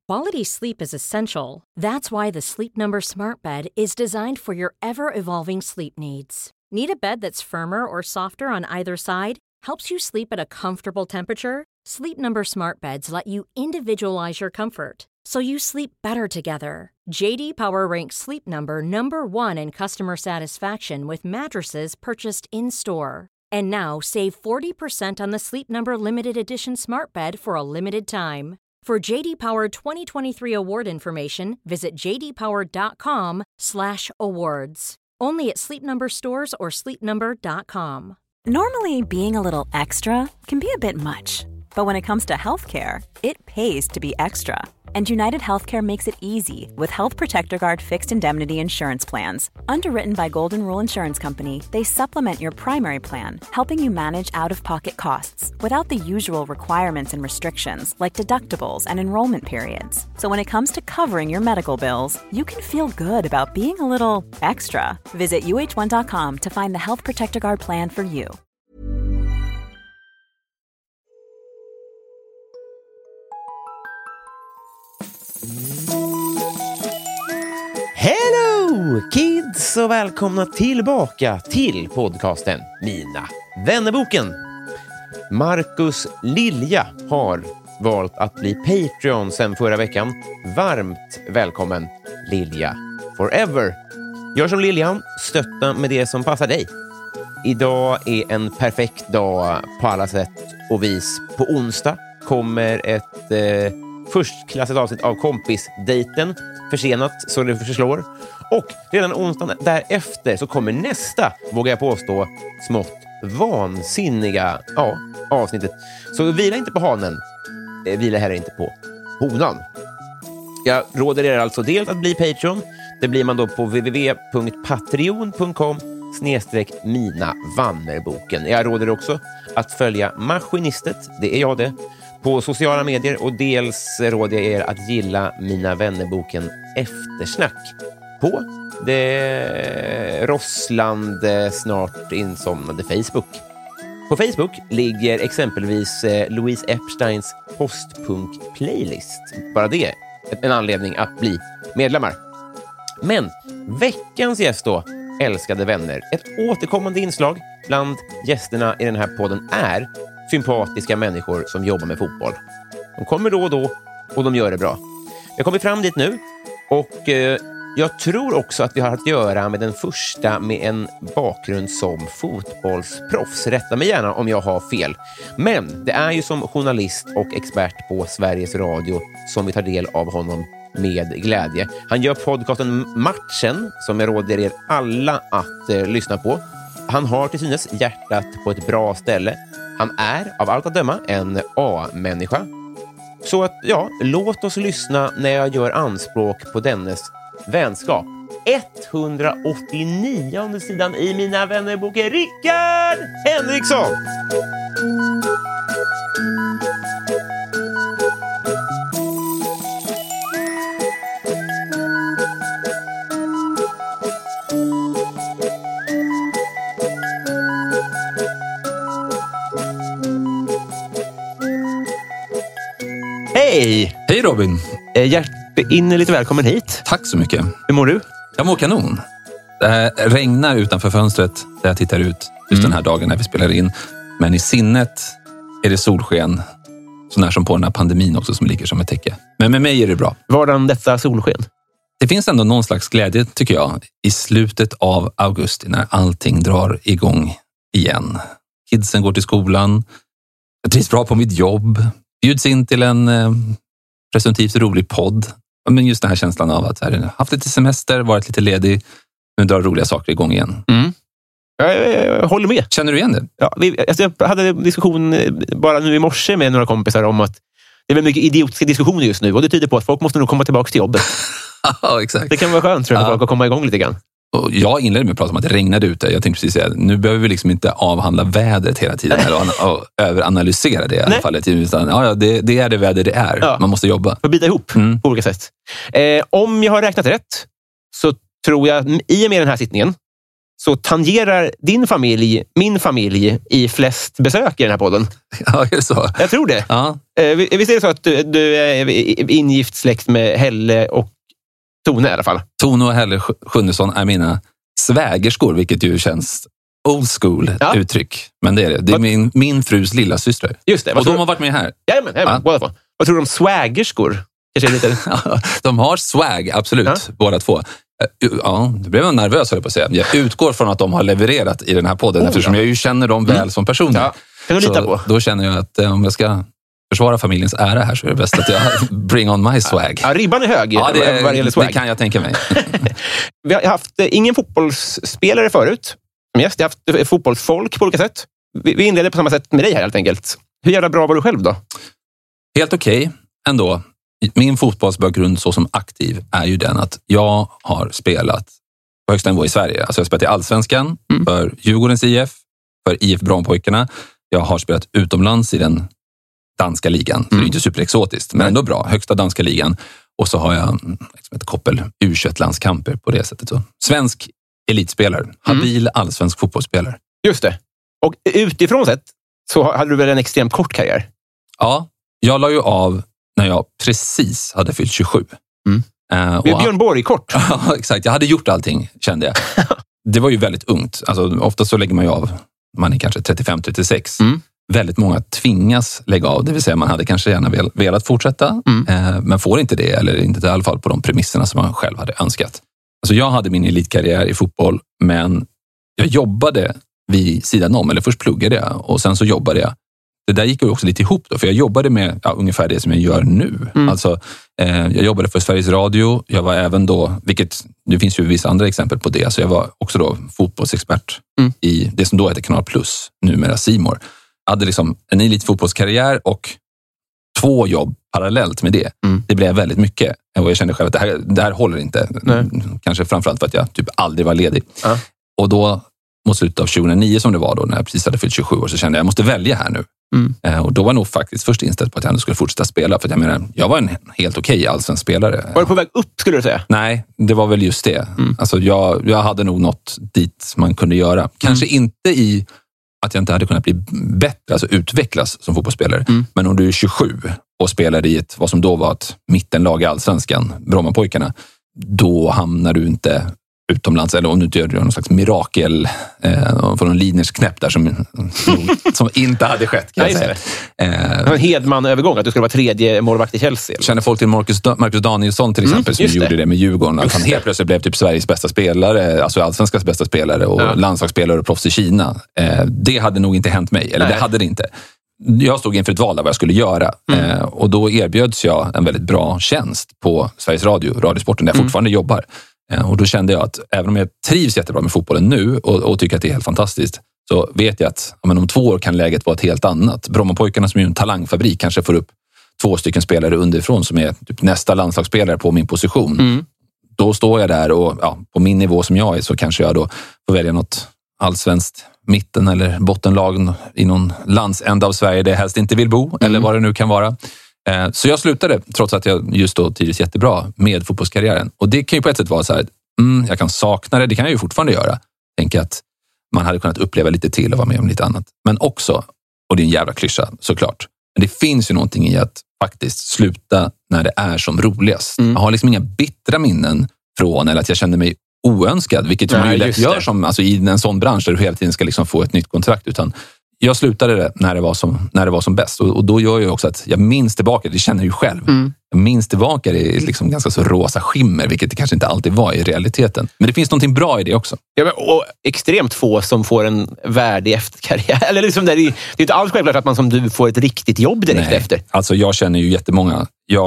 quality sleep is essential. That's why the Sleep Number Smart Bed is designed for your ever-evolving sleep needs. Need a bed that's firmer or softer on either side? Helps you sleep at a comfortable temperature? Sleep Number Smart Beds let you individualize your comfort, so you sleep better together. JD Power ranks Sleep Number #1 in customer satisfaction with mattresses purchased in-store. And now, save 40% on the Sleep Number Limited Edition Smart Bed for a limited time. For JD Power 2023 award information, visit jdpower.com/awards. Only at Sleep Number stores or sleepnumber.com. Normally, being a little extra can be a bit much, but when it comes to healthcare, it pays to be extra. And United Healthcare makes it easy with Health Protector Guard fixed indemnity insurance plans. Underwritten by Golden Rule Insurance Company, they supplement your primary plan, helping you manage out-of-pocket costs without the usual requirements and restrictions like deductibles and enrollment periods. So when it comes to covering your medical bills, you can feel good about being a little extra. Visit uh1.com to find the Health Protector Guard plan for you. Hello kids och välkomna tillbaka till podcasten Mina vännerboken. Marcus Lilja har valt att bli Patreon sen förra veckan. Varmt välkommen Lilja forever. Gör som Liljan, stötta med det som passar dig. Idag är en perfekt dag på alla sätt och vis. På onsdag kommer ett förstklassigt avsnitt av Kompisdejten, försenat så det förslår. Och redan onsdagen därefter så kommer nästa, vågar jag påstå, smått vansinniga avsnittet. Så vila inte på hanen, vila heller inte på honan. Jag råder er alltså dels att bli Patreon. Det blir man då på www.patreon.com/minavannerboken. Jag råder också att följa Maskinistet, det är jag det, på sociala medier, och dels råder jag er att gilla Mina vännerboken Eftersnack på det rosslande, snart insomnade Facebook. På Facebook ligger exempelvis Louise Epsteins postpunk-playlist. Bara det en anledning att bli medlemmar. Men veckans gäst då, älskade vänner, ett återkommande inslag bland gästerna i den här podden är sympatiska människor som jobbar med fotboll. De kommer då och då och de gör det bra. Jag kommer fram dit nu och jag tror också att vi har att göra med den första med en bakgrund som fotbollsproffs. Rätta mig gärna om jag har fel. Men det är ju som journalist och expert på Sveriges Radio som vi tar del av honom med glädje. Han gör podcasten Matchen som jag råder er alla att lyssna på. Han har till synes hjärtat på ett bra ställe. Han är av allt att döma en A-människa. Så att, ja, låt oss lyssna när jag gör anspråk på dennes vänskap. 189:e sidan i Mina vännerboken, Rickard Henriksson! Hej! Hej Robin! Hjärtinnerligt välkommen hit. Tack så mycket. Hur mår du? Jag mår kanon. Det regnar utanför fönstret där jag tittar ut just den här dagen när vi spelar in. Men i sinnet är det solsken. Så när som på den här pandemin också som ligger som ett täcke. Men med mig är det bra. Vadan detta solsken? Det finns ändå någon slags glädje, tycker jag, i slutet av augusti när allting drar igång igen. Kidsen går till skolan. Jag trivs bra på mitt jobb. Bjuds in till en presumtivt rolig podd. Men just den här känslan av att jag har haft lite semester, varit lite ledig, nu drar roliga saker igång igen. Mm. Jag håller med. Känner du igen det? Ja, jag hade en diskussion bara nu i morse med några kompisar om att det är väldigt mycket idiotiska diskussioner just nu och det tyder på att folk måste nog komma tillbaka till jobbet. Ja, exakt. Det kan vara skönt, tror jag, för folk att komma igång lite grann. Och jag inledde med att prata om att det regnade ute. Jag tänkte precis säga, nu behöver vi liksom inte avhandla vädret hela tiden och överanalysera det i alla fall. Utan, det är det väder det är. Ja. Man måste jobba. För bita ihop på olika sätt. Om jag har räknat rätt så tror jag, i och med den här sittningen, så tangerar din familj min familj i flest besök i den här podden. Ja, är det så? Jag tror det. Ja. Visst är det så att du är ingift släkt med Helle och Tone i alla fall? Tone och Helle Sjunnesson är mina svägerskor, vilket ju känns old school uttryck. Men det är det. Det är min frus lilla syster. Just det. Och de har varit med här. Jajamän, båda två. Vad tror du om swagerskor? Lite... De har swag, absolut, båda två. Ja, det blev jag nervös, höll jag på att säga. Jag utgår från att de har levererat i den här podden eftersom jag ju känner dem väl som personer. Ja, kan du lita på? Då känner jag att om jag ska försvara familjens ära här så är det bäst att jag bring on my swag. Ja, ribban är hög. Ja, det kan jag tänka mig. Vi har haft ingen fotbollsspelare förut som gäst. Vi har haft fotbollsfolk på olika sätt. Vi inleder på samma sätt med dig här helt enkelt. Hur jävla bra var du själv då? Helt okej ändå. Min fotbollsbakgrund så som aktiv är ju den att jag har spelat på högsta nivå i Sverige. Alltså jag har spelat i Allsvenskan för Djurgårdens IF, för IF Brommapojkarna. Jag har spelat utomlands i den danska ligan. Så det är inte superexotiskt, men ändå bra. Högsta danska ligan. Och så har jag ett koppel U21-landskamper på det sättet. Så. Svensk elitspelare. Habil allsvensk fotbollsspelare. Just det. Och utifrån sett så hade du väl en extremt kort karriär? Ja, jag la ju av när jag precis hade fyllt 27. Björn Borg kort. Ja, exakt. Jag hade gjort allting, kände jag. Det var ju väldigt ungt. Alltså, ofta så lägger man ju av, man är kanske 35-36. Väldigt många tvingas lägga av. Det vill säga man hade kanske gärna velat fortsätta. Men får inte det, eller inte i alla fall på de premisserna som man själv hade önskat. Alltså jag hade min elitkarriär i fotboll, men jag jobbade vid sidan om. Eller först pluggade jag och sen så jobbade jag. Det där gick ju också lite ihop då, för jag jobbade med ungefär det som jag gör nu. Alltså, jag jobbade för Sveriges Radio. Jag var även då, vilket det finns ju vissa andra exempel på det, så jag var också då fotbollsexpert i det som då heter Kanal Plus, numera C More. Jag hade liksom en elitfotbollskarriär och 2 jobb parallellt med det. Det blev väldigt mycket. Och jag kände själv att det här håller inte. Kanske framförallt för att jag typ aldrig var ledig. Och då, mot slutet av 2009 som det var då, när jag precis hade fyllt 27 år, så kände jag måste välja här nu. Och då var jag nog faktiskt först inställd på att jag ändå skulle fortsätta spela. För att jag menar, jag var en helt okej allsvensk spelare. Var du på väg upp, skulle du säga? Nej, det var väl just det. Alltså jag hade nog nått dit man kunde göra. Kanske inte i att jag inte hade kunnat bli bättre, alltså utvecklas som fotbollsspelare. Men om du är 27 och spelar i vad som då var ett mittenlag i Allsvenskan, Brommapojkarna, då hamnar du inte utomlands, eller om du inte gör någon slags mirakel från någon Liners knäpp där som inte hade skett, kan jag säga. En Hedman-övergång, att du skulle vara 3:e målvakt i Chelsea. Eller? Känner folk till Marcus Danielsson till exempel, som gjorde det med Djurgården. Att han helt plötsligt blev typ Sveriges bästa spelare, alltså allsvenskans bästa spelare och landslagsspelare och proffs i Kina. Det hade nog inte hänt mig, eller det hade det inte. Jag stod inför ett val av vad jag skulle göra och då erbjöds jag en väldigt bra tjänst på Sveriges Radio, Radiosporten, där jag fortfarande jobbar. Och då kände jag att även om jag trivs jättebra med fotbollen nu och tycker att det är helt fantastiskt, så vet jag att om 2 år kan läget vara ett helt annat. Brommapojkarna, som är en talangfabrik, kanske får upp 2 stycken spelare underifrån som är typ nästa landslagsspelare på min position. Då står jag där och på min nivå som jag är, så kanske jag då får välja något allsvenskt mitten- eller bottenlag i någon landsända av Sverige där jag helst inte vill bo, eller vad det nu kan vara. Så jag slutade, trots att jag just då trivdes jättebra med fotbollskarriären. Och det kan ju på ett sätt vara så här, jag kan sakna det, det kan jag ju fortfarande göra. Tänker att man hade kunnat uppleva lite till och vara med om lite annat. Men också, och det är en jävla klyscha såklart, men det finns ju någonting i att faktiskt sluta när det är som roligast. Jag har liksom inga bittra minnen från, eller att jag kände mig oönskad, vilket man ju lätt gör som, alltså, i en sån bransch där du hela tiden ska liksom få ett nytt kontrakt, utan jag slutade det när det var som bäst. Och då gör jag också att jag minns tillbaka, det känner jag ju själv. Jag minns tillbaka det i liksom ganska så rosa skimmer, vilket det kanske inte alltid var i realiteten. Men det finns någonting bra i det också. Ja, och extremt få som får en värdig efterkarriär. Eller liksom det är inte alls självklart att man som du får ett riktigt jobb direkt efter. Alltså jag känner ju jättemånga.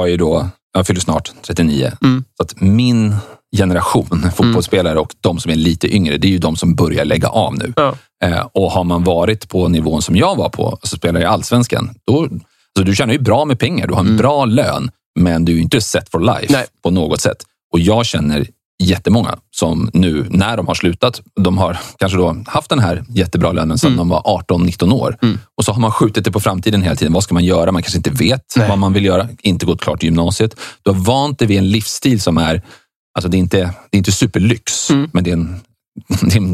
Jag fyller snart 39. Så att min generation fotbollsspelare och de som är lite yngre, det är ju de som börjar lägga av nu. Och har man varit på nivån som jag var på, alltså spelar i Allsvenskan, då, alltså du tjänar ju bra med pengar, du har en bra lön, men du är ju inte set for life på något sätt. Och jag känner jättemånga som nu, när de har slutat, de har kanske då haft den här jättebra lönen sedan de var 18-19 år. Och så har man skjutit det på framtiden hela tiden. Vad ska man göra? Man kanske inte vet vad man vill göra. Inte gått klart i gymnasiet. Du har vant dig vid en livsstil som är, alltså det är inte superlyx, men det är en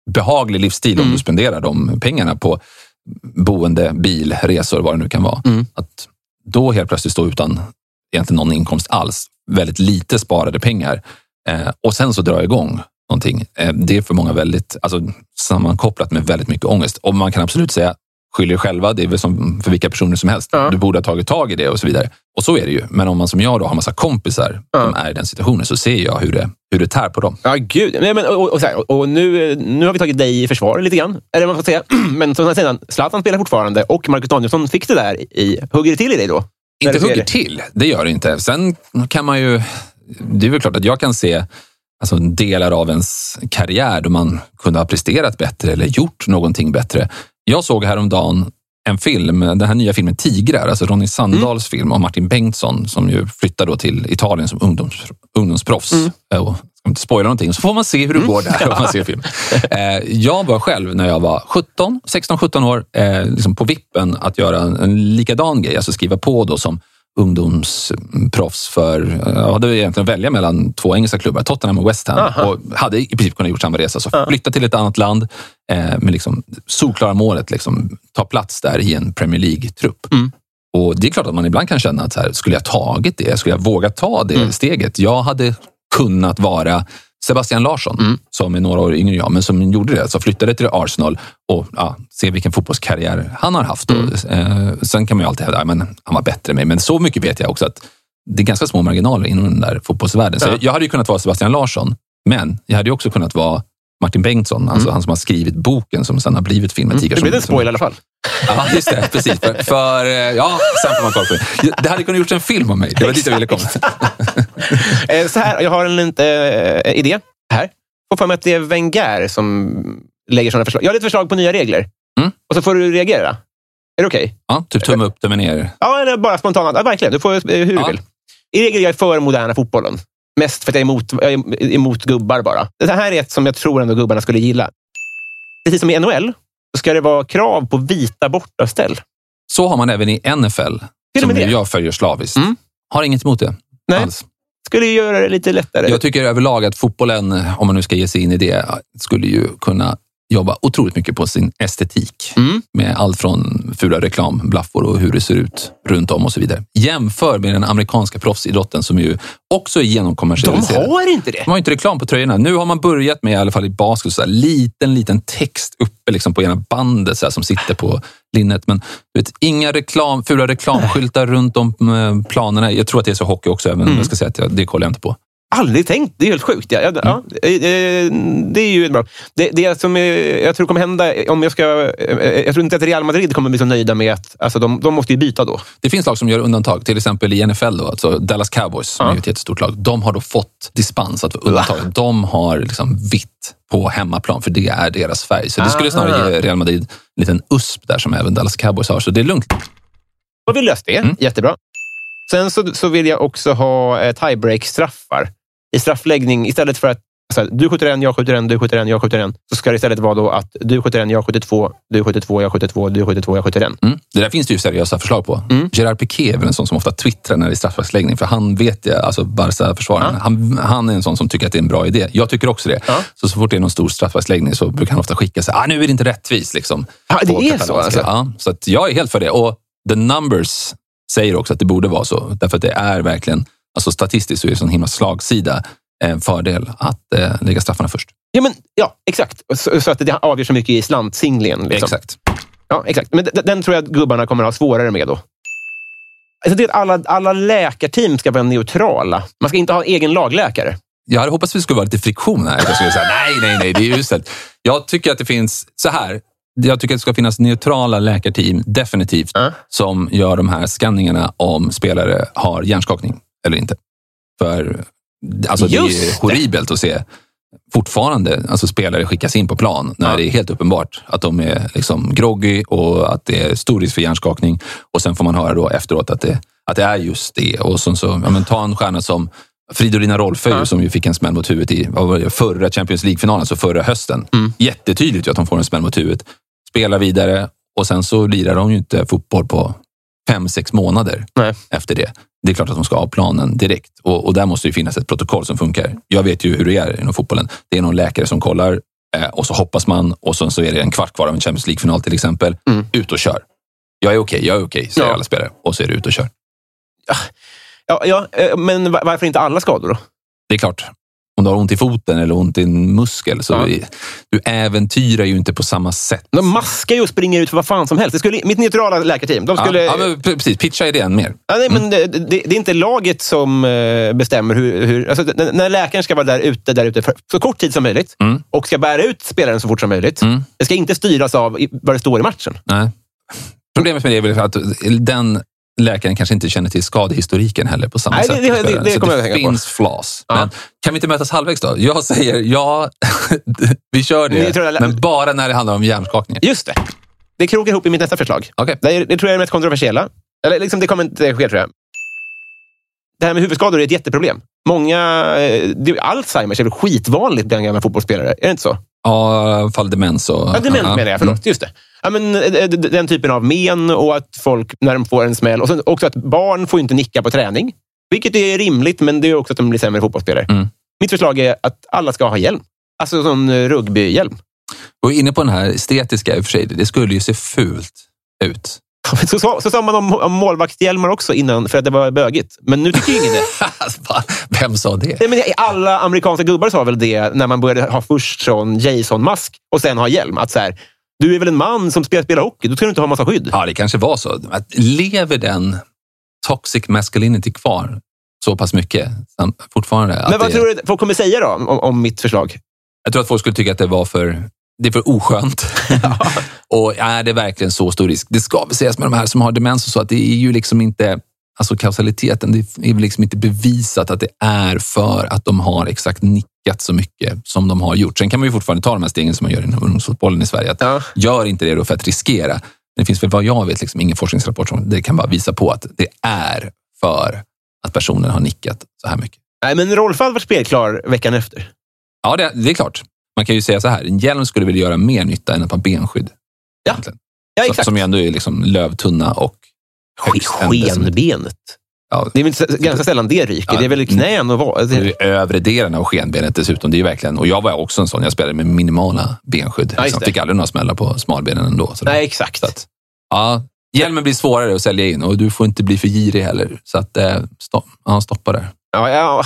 behaglig livsstil om du spenderar de pengarna på boende, bil, resor, vad det nu kan vara. Att då helt plötsligt stå utan egentligen någon inkomst alls, väldigt lite sparade pengar och sen så drar igång någonting. Det är för många väldigt sammankopplat med väldigt mycket ångest. Och man kan absolut säga, skyll er själva, det är väl som för vilka personer som helst. Du borde ha tagit tag i det och så vidare. Och så är det ju. Men om man som jag då har massa kompisar som är i den situationen, så ser jag hur det tär på dem. Ja, gud. Och nu har vi tagit dig i försvar lite grann. Eller man får säga. Men som jag säger, Zlatan spelar fortfarande och Marcus Danielsson fick det där hugger det till i dig då? Inte hugger till, det gör det inte. Sen kan man ju, det är väl klart att jag kan se delar av ens karriär då man kunde ha presterat bättre eller gjort någonting bättre. Jag såg häromdagen en film, den här nya filmen Tigrar, alltså Ronny Sandahls film om Martin Bengtsson som ju flyttar då till Italien som ungdomsproffs. Och ska inte spoila någonting, så får man se hur det går där om man ser film. Jag var själv när jag var 16-17 år på vippen att göra en likadan grej, alltså skriva på då som ungdomsproffs för, jag hade egentligen att välja mellan 2 engelska klubbar, Tottenham och West Ham, och hade i princip kunnat gjort samma resa, så flytta till ett annat land med solklara målet ta plats där i en Premier League-trupp. Och det är klart att man ibland kan känna att skulle jag tagit det, skulle jag våga ta det steget? Jag hade kunnat vara Sebastian Larsson, som är några år yngre än jag, men som gjorde det, så flyttade till Arsenal och se vilken fotbollskarriär han har haft. Sen kan man ju alltid hävda, men han var bättre än mig. Men så mycket vet jag också att det är ganska små marginaler inom den där fotbollsvärlden. Så jag hade ju kunnat vara Sebastian Larsson, men jag hade ju också kunnat vara Martin Bengtsson, alltså han som har skrivit boken som sen har blivit filmen Tigrar. Det blir en spoiler i alla fall. Ja, just det, precis. Sen får man kolla på det. Det hade kunnat gjort en film om mig. Det var dit jag ville komma. Så här, jag har en idé här. Får för mig att det är Wenger som lägger sådana förslag. Jag har lite förslag på nya regler. Och så får du reagera. Är det okej? Ja, typ tumme upp, tumme ner. Ja, eller bara spontant. Ja, verkligen. Du får hur du vill. I regel är jag för moderna fotbollen. Mest för att jag är emot gubbar bara. Det här är ett som jag tror ändå gubbarna skulle gilla. Precis som i NHL så ska det vara krav på vita bortaställ. Så har man även i NFL. Som jag följer slaviskt. Har inget emot det. Nej. Alls. Skulle göra det lite lättare. Jag tycker överlag att fotbollen, om man nu ska ge sig in i det, skulle ju kunna jobba otroligt mycket på sin estetik. Med allt från fula reklamblaffor och hur det ser ut runt om och så vidare. Jämför med den amerikanska proffsidrotten som ju också är genomkommersialiserad. De har inte det. De har inte reklam på tröjorna. Nu har man börjat med, i alla fall i basket, så liten text uppe på ena bandet så här, som sitter på linnet. Men du vet, inga fula reklamskyltar runt om planerna. Jag tror att det är så hockey också, även om jag ska säga att det kollar jag inte på. Aldrig tänkt, det är helt sjukt. Det är ju bra. Det som jag tror kommer hända, jag tror inte att Real Madrid kommer bli så nöjda med att de måste ju byta då. Det finns lag som gör undantag, till exempel i NFL då, alltså Dallas Cowboys som är ett jättestort lag. De har då fått dispens att få undantag. De har vitt på hemmaplan, för det är deras färg. Så det skulle snarare ge Real Madrid en liten USP där som även Dallas Cowboys har, så det är lugnt. Och vi löste det, jättebra. Sen så vill jag också ha tiebreak-straffar i straffläggning. Istället för att du skjuter en, jag skjuter en, du skjuter en, jag skjuter en, så ska det istället vara då att du skjuter en, jag skjuter två, du skjuter två, jag skjuter två, du skjuter två, jag skjuter en. Det där finns det ju seriösa förslag på. Gerard Piqué är väl en sån som ofta twittrar när det är straffläggning, för han vet jag, alltså Barca-försvararen, han är en sån som tycker att det är en bra idé. Jag tycker också det. Så fort det är någon stor straffläggning så brukar han ofta skicka sig, nu är det inte rättvis liksom. Ja, det är så alltså. Ja, så att jag är helt för det. Och the numbers säger också att det borde vara så. Därför att det är verkligen, alltså statistiskt så är det en sån himla slagsida, en fördel att lägga straffarna först. Ja, exakt. Så att det avgör så mycket i slantsinglingen. Liksom. Exakt. Ja, exakt. Men den tror jag att gubbarna kommer att ha svårare med då. Alltså det är att alla läkarteam ska vara neutrala. Man ska inte ha en egen lagläkare. Jag hade hoppats att vi skulle vara lite friktion här. Jag skulle säga, nej, det är uselt. Jag tycker att det finns så här. Jag tycker att det ska finnas neutrala läkarteam, definitivt, som gör de här skanningarna om spelare har hjärnskakning eller inte. För alltså, det är horribelt att se fortfarande, alltså spelare skickas in på plan när det är helt uppenbart att de är liksom groggy och att det är stor risk för hjärnskakning, och sen får man höra då efteråt att det är just det. Och så ta en stjärna som Fridolina Rolfö som ju fick en smäll mot huvudet i förra Champions League-finalen, alltså förra hösten. Jättetydligt att de får en smäll mot huvudet, spelar vidare, och sen så lirar de ju inte fotboll på 5-6 månader efter det. Det är klart att de ska ha planen direkt. Och där måste ju finnas ett protokoll som funkar. Jag vet ju hur det är inom fotbollen. Det är någon läkare som kollar Och så hoppas man, och så är det en kvart kvar av en Champions League-final till exempel. Ut och kör. Jag är okej, säger alla spelare. Och så är det ut och kör. Ja, men varför inte alla skador då? Det är klart. Om du har ont i foten eller ont i en muskel så du äventyrar ju inte på samma sätt. De maskar ju och springer ut för vad fan som helst. Mitt neutrala läkarteam, de skulle... Ja, men precis. Pitcha idén mer. Ja, nej, men det är inte laget som bestämmer hur alltså, när läkaren ska vara där ute för så kort tid som möjligt och ska bära ut spelaren så fort som möjligt. Det ska inte styras av vad det står i matchen. Nej. Problemet med det är väl att den läkaren kanske inte känner till skadehistoriken heller på samma sätt. Det kommer jag tänka på. Det finns flaws. Men kan vi inte mötas halvvägs då? Jag säger vi kör det. Men bara när det handlar om hjärnskakningar. Just det. Det krokar ihop i mitt nästa förslag. Okay. Det tror jag är det mest kontroversiella. Eller liksom, det kommer inte ske, tror jag. Det här med huvudskador är ett jätteproblem. Alzheimers är väl skitvanligt bland gamla fotbollsspelare. Är det inte så? Ja, fall demens och... Ja, demens menar jag, förlåt. Just det. Ja, men den typen av men och att folk, när de får en smäll, och sen också att barn får inte nicka på träning. Vilket är rimligt, men det är också att de blir sämre fotbollsspelare. Mitt förslag är att alla ska ha hjälm. Alltså som rugbyhjälm. Och inne på den här estetiska i och för sig, det skulle ju se fult ut. Så sa man om målvaktshjälmar också innan för att det var bögigt. Men nu tycker ju ingen det. Vem sa det? Nej, men alla amerikanska gubbar sa väl det när man började ha först sån Jason-mask och sen ha hjälm. Att så här, du är väl en man som spelar hockey, då ska du inte ha massa skydd. Ja, det kanske var så. Att lever den toxic masculinity kvar så pass mycket fortfarande? Men vad tror du folk kommer säga då om mitt förslag? Jag tror att folk skulle tycka att det är för oskönt. Och är det verkligen så stor risk? Det ska väl sägas med de här som har demens och så att det är ju liksom inte, alltså kausaliteten, det är väl liksom inte bevisat att det är för att de har exakt nickat så mycket som de har gjort. Sen kan man ju fortfarande ta de här stegen som man gör inom ungdomsfotbollen i Sverige. Att gör inte det då för att riskera. Men det finns väl vad jag vet liksom ingen forskningsrapport som det kan bara visa på att det är för att personen har nickat så här mycket. Nej, men Rolf var spelklar veckan efter. Ja, det är klart. Man kan ju säga så här, en hjälm skulle väl göra mer nytta än ett par benskydd. Ja, exakt. Som ju ändå är liksom lövtunna och skenbenet. Ja. Det är väl ganska sällan det ryker. Ja, det är väl knän och vad? Det är övre delen av skenbenet dessutom. Det är ju verkligen, och jag var också en sån, jag spelade med minimala benskydd. Jag fick aldrig några smällar på smalbenen ändå. Nej, exakt. Så att, hjälmen blir svårare att sälja in och du får inte bli för girig heller. Så att stoppa där. Ja.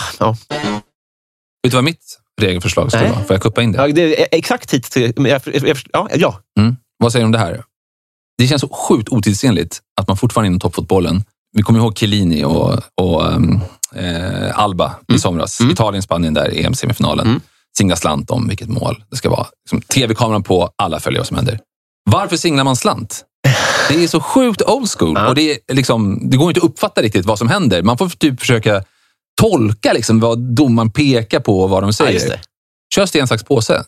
Vet du vad mitt regelförslag skulle vara? Får jag kuppa in det? Ja, det är exakt hit. Ja. Vad säger du om det här? Det känns så sjukt otidsenligt att man fortfarande inom toppfotbollen, vi kommer ihåg Chiellini och Alba i somras. Italien, Spanien där i EM-semifinalen. Singla slant om vilket mål det ska vara. Liksom, TV-kameran på, alla följer vad som händer. Varför singlar man slant? Det är så sjukt old school. Och det är liksom, det går inte att uppfatta riktigt vad som händer. Man får typ försöka tolka liksom vad domaren pekar på och vad de säger. Kör sten, sax, påse.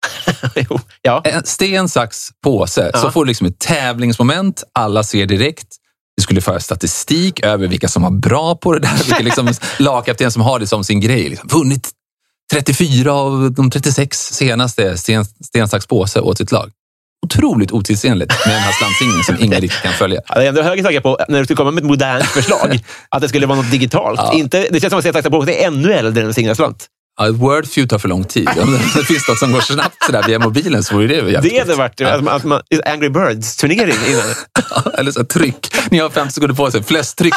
Sten, sax, påse. Så får du liksom ett tävlingsmoment. Alla ser direkt. Det skulle föra statistik över vilka som var bra på det där. Vilka liksom lagkapten som har det som sin grej. Liksom. Vunnit 34 av de 36 senaste sten, sax, påse åt sitt lag. Otroligt otidsenligt med den här slantsingningen som ingen riktigt kan följa. Jag är ändå högre tankar på när du skulle komma med ett modernt förslag att det skulle vara något digitalt. Det känns som att sten, sax, påse är ännu äldre än singla slant. Ja, Wordfeud tar för lång tid. Om det finns något som går snabbt sådär via mobilen så vore det jävligt. Det hade varit Angry Birds-turnering innan. Eller så tryck. Ni har 50 sekunder på sig. Flest tryck.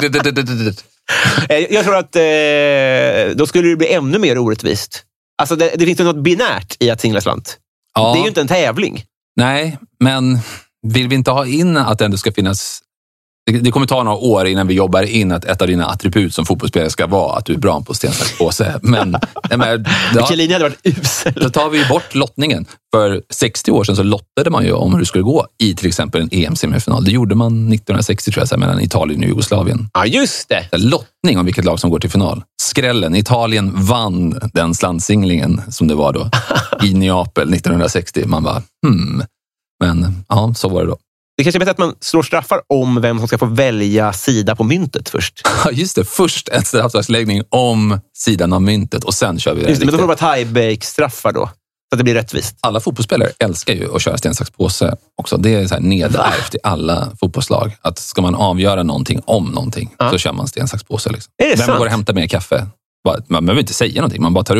Jag tror att då skulle det bli ännu mer orättvist. Alltså det finns ju något binärt i att singla slant. Ja. Det är ju inte en tävling. Nej, men vill vi inte ha in att det ändå ska finnas... Det kommer ta några år innan vi jobbar in att ett av dina attribut som fotbollsspelare ska vara att du är bra på sten, sax, påse. Men Chiellini hade varit usel. Då tar vi ju bort lottningen. För 60 år sedan så lottade man ju om hur det skulle gå i till exempel en EM-semifinal. Det gjorde man 1960 tror jag, mellan Italien och Jugoslavien. Ja, just det. Lottning om vilket lag som går till final. Skrällen. Italien vann den slantsinglingen som det var då i Neapel 1960. Man bara, Men ja, så var det då. Det kanske är bättre att man slår straffar om vem som ska få välja sida på myntet först. Ja, just det. Först en straffslagsläggning om sidan av myntet och sen kör vi det. Just det, men då får det vara tie-break-straffar då. Så att det blir rättvist. Alla fotbollsspelare älskar ju att köra sten, sax, påse också. Det är så här nedärvt i alla fotbollslag. Att ska man avgöra någonting om någonting så kör man sten, sax, påse. Liksom. Är det sant? Vem går och hämtar mer kaffe? Man behöver inte säga någonting, man bara tar upp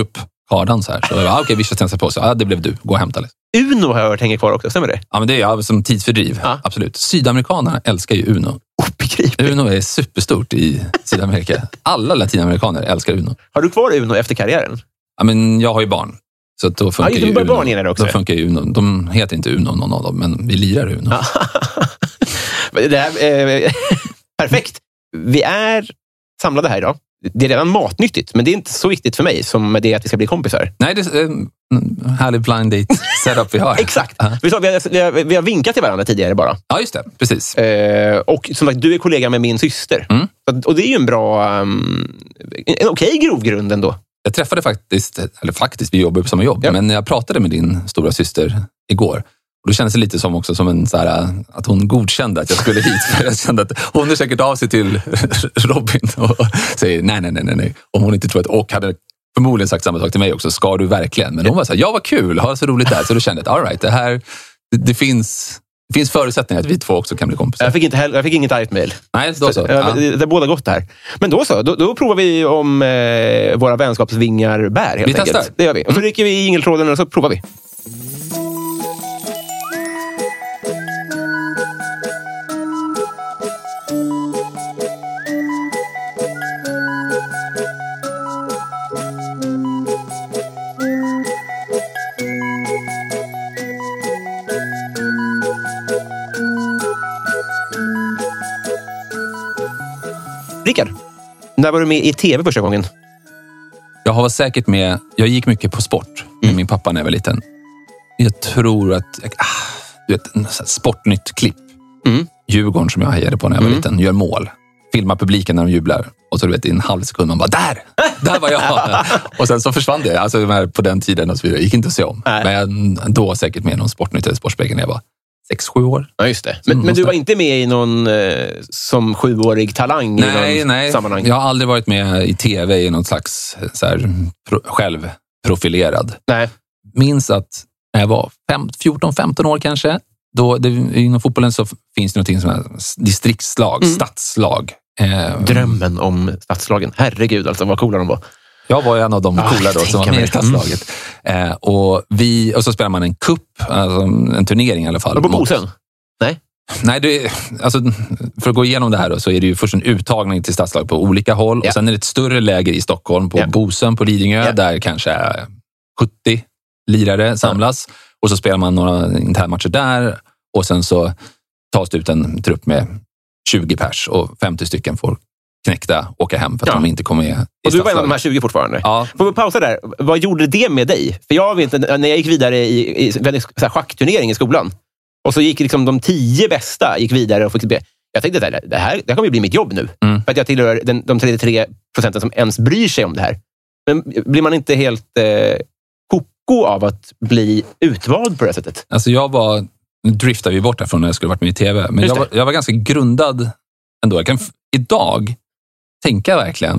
kardan så här. Så jag okej, vi ska tänka på så. Det blev du. Gå och hämta lite. Uno har jag hört hänger kvar också, stämmer det? Ja, men det är som tidsfördriv. Ja. Absolut. Sydamerikanerna älskar ju Uno. Obegripligt. Uno är superstort i Sydamerika. Alla latinamerikaner älskar Uno. Har du kvar Uno efter karriären? Ja, men jag har ju barn. Så då funkar ju Uno. Barn innan också. Då funkar ju Uno. De heter inte Uno någon av dem, men vi lirar Uno. Det här, perfekt. Vi är samlade här idag. Det är redan matnyttigt, men det är inte så viktigt för mig som det är att vi ska bli kompisar. Nej, det är en härlig blind date setup vi har. Exakt. Vi har vinkat till varandra tidigare bara. Ja, just det. Precis. Och som sagt, du är kollega med min syster. Och det är ju en bra, en okej grogrund ändå. Jag träffade faktiskt, vi jobbar på samma jobb, men jag pratade med din stora syster igår. Och då kändes det lite som en så här, att hon godkände att jag skulle hit. För jag kände att hon är säkert av sig till Robin och säger nej. Om hon inte tror att, och hade förmodligen sagt samma sak till mig också, ska du verkligen? Men hon var så här, ja vad kul, ha så roligt där. Så då kände jag att all right, det här, det finns förutsättningar att vi två också kan bli kompisar. Jag fick inget argt mejl. Nej, då så. Det är båda gott här. Men då så, då provar vi om våra vänskapsvingar bär helt enkelt. Testar. Det gör vi. Och så rycker vi i ingeltråden och så provar vi. Rickard, när var du med i tv första gången? Jag var säkert med, jag gick mycket på sport med min pappa när jag var liten. Jag tror att, du vet, Sportnytt klipp. Djurgården som jag hejade på när jag var liten, gör mål. Filmar publiken när de jublar. Och så du vet, i en halv sekund man bara, där var jag. Och sen så försvann det, alltså på den tiden och så vidare. Gick inte att se om. Nej. Men då var säkert med någon Sportnytt eller Sportspegeln när jag var 6-7 år. Ja, just det. Men du var inte med i någon som 7-årig talang? Nej. Sammanhang? Jag har aldrig varit med i tv i någon slags så här, självprofilerad. Nej. Minns att när jag var 14-15 år kanske, då inom fotbollen så finns det någonting som är distriktslag, stadslag. Drömmen om stadslagen. Herregud, alltså vad coola de var. Jag var en av de coola då som var med i stadslaget. Och så spelar man en cup, alltså en turnering i alla fall. Och på Bosen? Nej, alltså, för att gå igenom det här då, så är det ju först en uttagning till stadslag på olika håll. Och sen är det ett större läger i Stockholm på Bosen, på Lidingö, där kanske 70 lirare samlas. Och så spelar man några internmatcher där. Och sen så tas det ut en trupp med 20 pers och 50 stycken får knäckta, åka hem för att de inte kommer med. Och du var en av de här 20 fortfarande. Ja. Får vi pausa där? Vad gjorde det med dig? För jag vet inte, när jag gick vidare i schackturnering i skolan och så gick liksom de 10 bästa gick vidare och fick be. Jag tänkte att det här kommer bli mitt jobb nu. För att jag tillhör de 33% som ens bryr sig om det här. Men blir man inte helt koko av att bli utvald på det sättet? Alltså nu driftar vi bort härifrån när jag skulle varit med i tv. Men jag var ganska grundad ändå. Jag kan idag tänka verkligen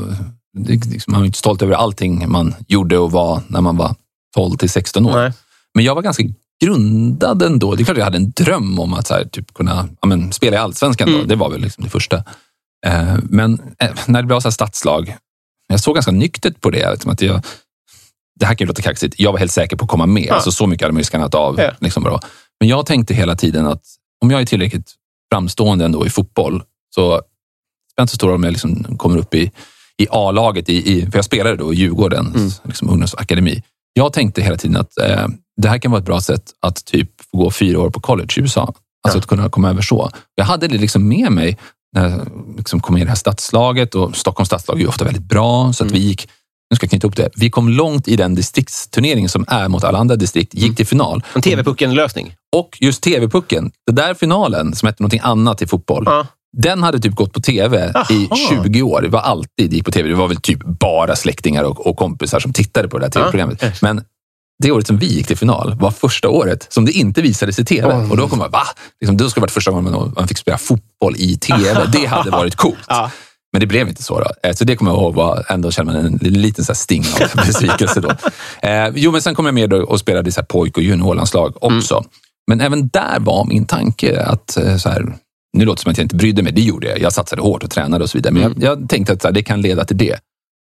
man är inte stolt över allting man gjorde och var när man var 12-16 år. Nej. Men jag var ganska grundad ändå. Det är klart jag hade en dröm om att så här, typ kunna spela i Allsvenskan då. Det var väl liksom det första. Men när det blev så här stadslag, jag såg ganska nyktert på det. Liksom att det här kan ju låta kaxigt. Jag var helt säker på att komma med. Alltså, så mycket hade man ju skannat av. Ja. Liksom bara. Men jag tänkte hela tiden att om jag är tillräckligt framstående ändå i fotboll, så spänt så stor om jag liksom kommer upp i A-laget. För jag spelade då i Djurgårdens liksom ungdomsakademi. Jag tänkte hela tiden att det här kan vara ett bra sätt att typ få gå 4 år på college i USA. Alltså att kunna komma över så. Jag hade det liksom med mig när jag liksom kom in i det här stadslaget, och Stockholms stadslag är ju ofta väldigt bra, så att vi gick, nu ska jag knyta ihop det, vi kom långt i den distriktsturneringen som är mot alla andra distrikt, gick till final. En TV-pucken-lösning. Och just TV-pucken, det där finalen som hette någonting annat i fotboll, den hade typ gått på tv i 20 år. Det var alltid gick på tv. Det var väl typ bara släktingar och kompisar som tittade på det här tv-programmet. Men det året som vi gick till final var första året som det inte visades i tv. Och då kom man, liksom, då skulle det varit första gången man fick spela fotboll i tv. Det hade varit coolt. Men det blev inte så då. Så det kommer jag ihåg, var ändå känner man en liten så här sting av besvikelse då. Men sen kom jag med och spelade i så här pojk- och juniorlandslag också. Men även där var min tanke att så här, nu låter det som att jag inte brydde mig, det gjorde jag. Jag satsade hårt och tränade och så vidare. Men jag tänkte att så här, det kan leda till det.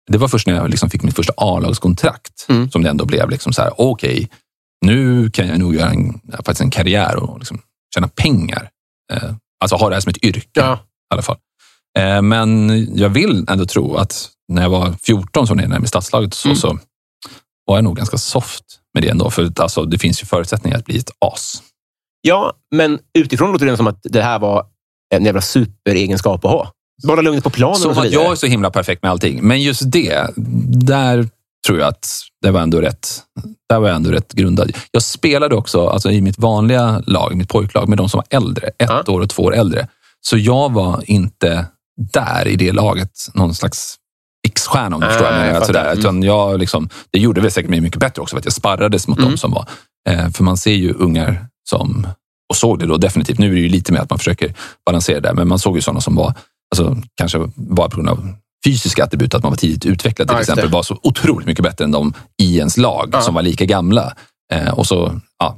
Det var först när jag liksom fick mitt första A-lagskontrakt som det ändå blev liksom så här, okej, nu kan jag nog göra faktiskt en karriär och liksom tjäna pengar. Alltså ha det här som ett yrke i alla fall. Men jag vill ändå tro att när jag var 14 så när med stadslaget så var jag nog ganska soft med det ändå. För alltså, det finns ju förutsättningar att bli ett as. Ja, men utifrån låter det som att det här var en jävla superegenskap att ha. Bara lugnet på planen så och så att vidare. jag är så himla perfekt med allting. Men just det, där tror jag att det var ändå rätt. Där var jag ändå rätt grundad. Jag spelade också alltså, i mitt vanliga lag, mitt pojklag, med de som var äldre. 1 år och 2 år äldre. Så jag var inte där i det laget någon slags X-stjärna om du förstår mig. Sådär. Utan jag liksom, det gjorde väl säkert mig mycket bättre också för att jag sparrades mot dem som var. För man ser ju ungar som, och såg det då definitivt, nu är det ju lite mer att man försöker balansera det, men man såg ju sådana som var, alltså kanske bara på grund av fysiska attribut, att man var tidigt utvecklad till exempel, var så otroligt mycket bättre än de i ens lag som var lika gamla. Och så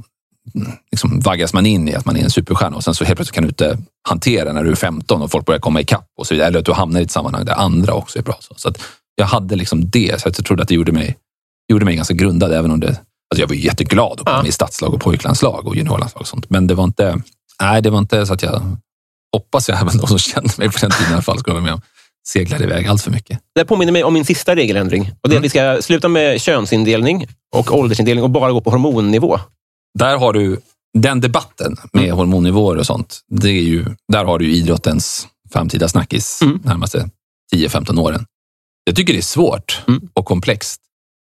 liksom vaggas man in i att man är en superstjärna och sen så helt plötsligt kan du inte hantera när du är 15 och folk börjar komma i kapp och så vidare, eller att du hamnar i ett sammanhang där andra också är bra. Så att jag hade liksom det, så jag trodde att det gjorde mig ganska grundad, även om det, alltså jag var jätteglad att komma med i stadslag och pojklandslag och juniorlandslag och sånt, men det var inte så att jag hoppas jag även de som kände mig på den tiden i alla fall skulle vara med om seglade iväg allt för mycket. Det påminner mig om min sista regeländring. Och det är att vi ska sluta med könsindelning och åldersindelning och bara gå på hormonnivå. Där har du den debatten med hormonnivåer och sånt. Det är ju, där har du idrottens framtida snackis närmaste 10-15 åren. Jag tycker det är svårt och komplext.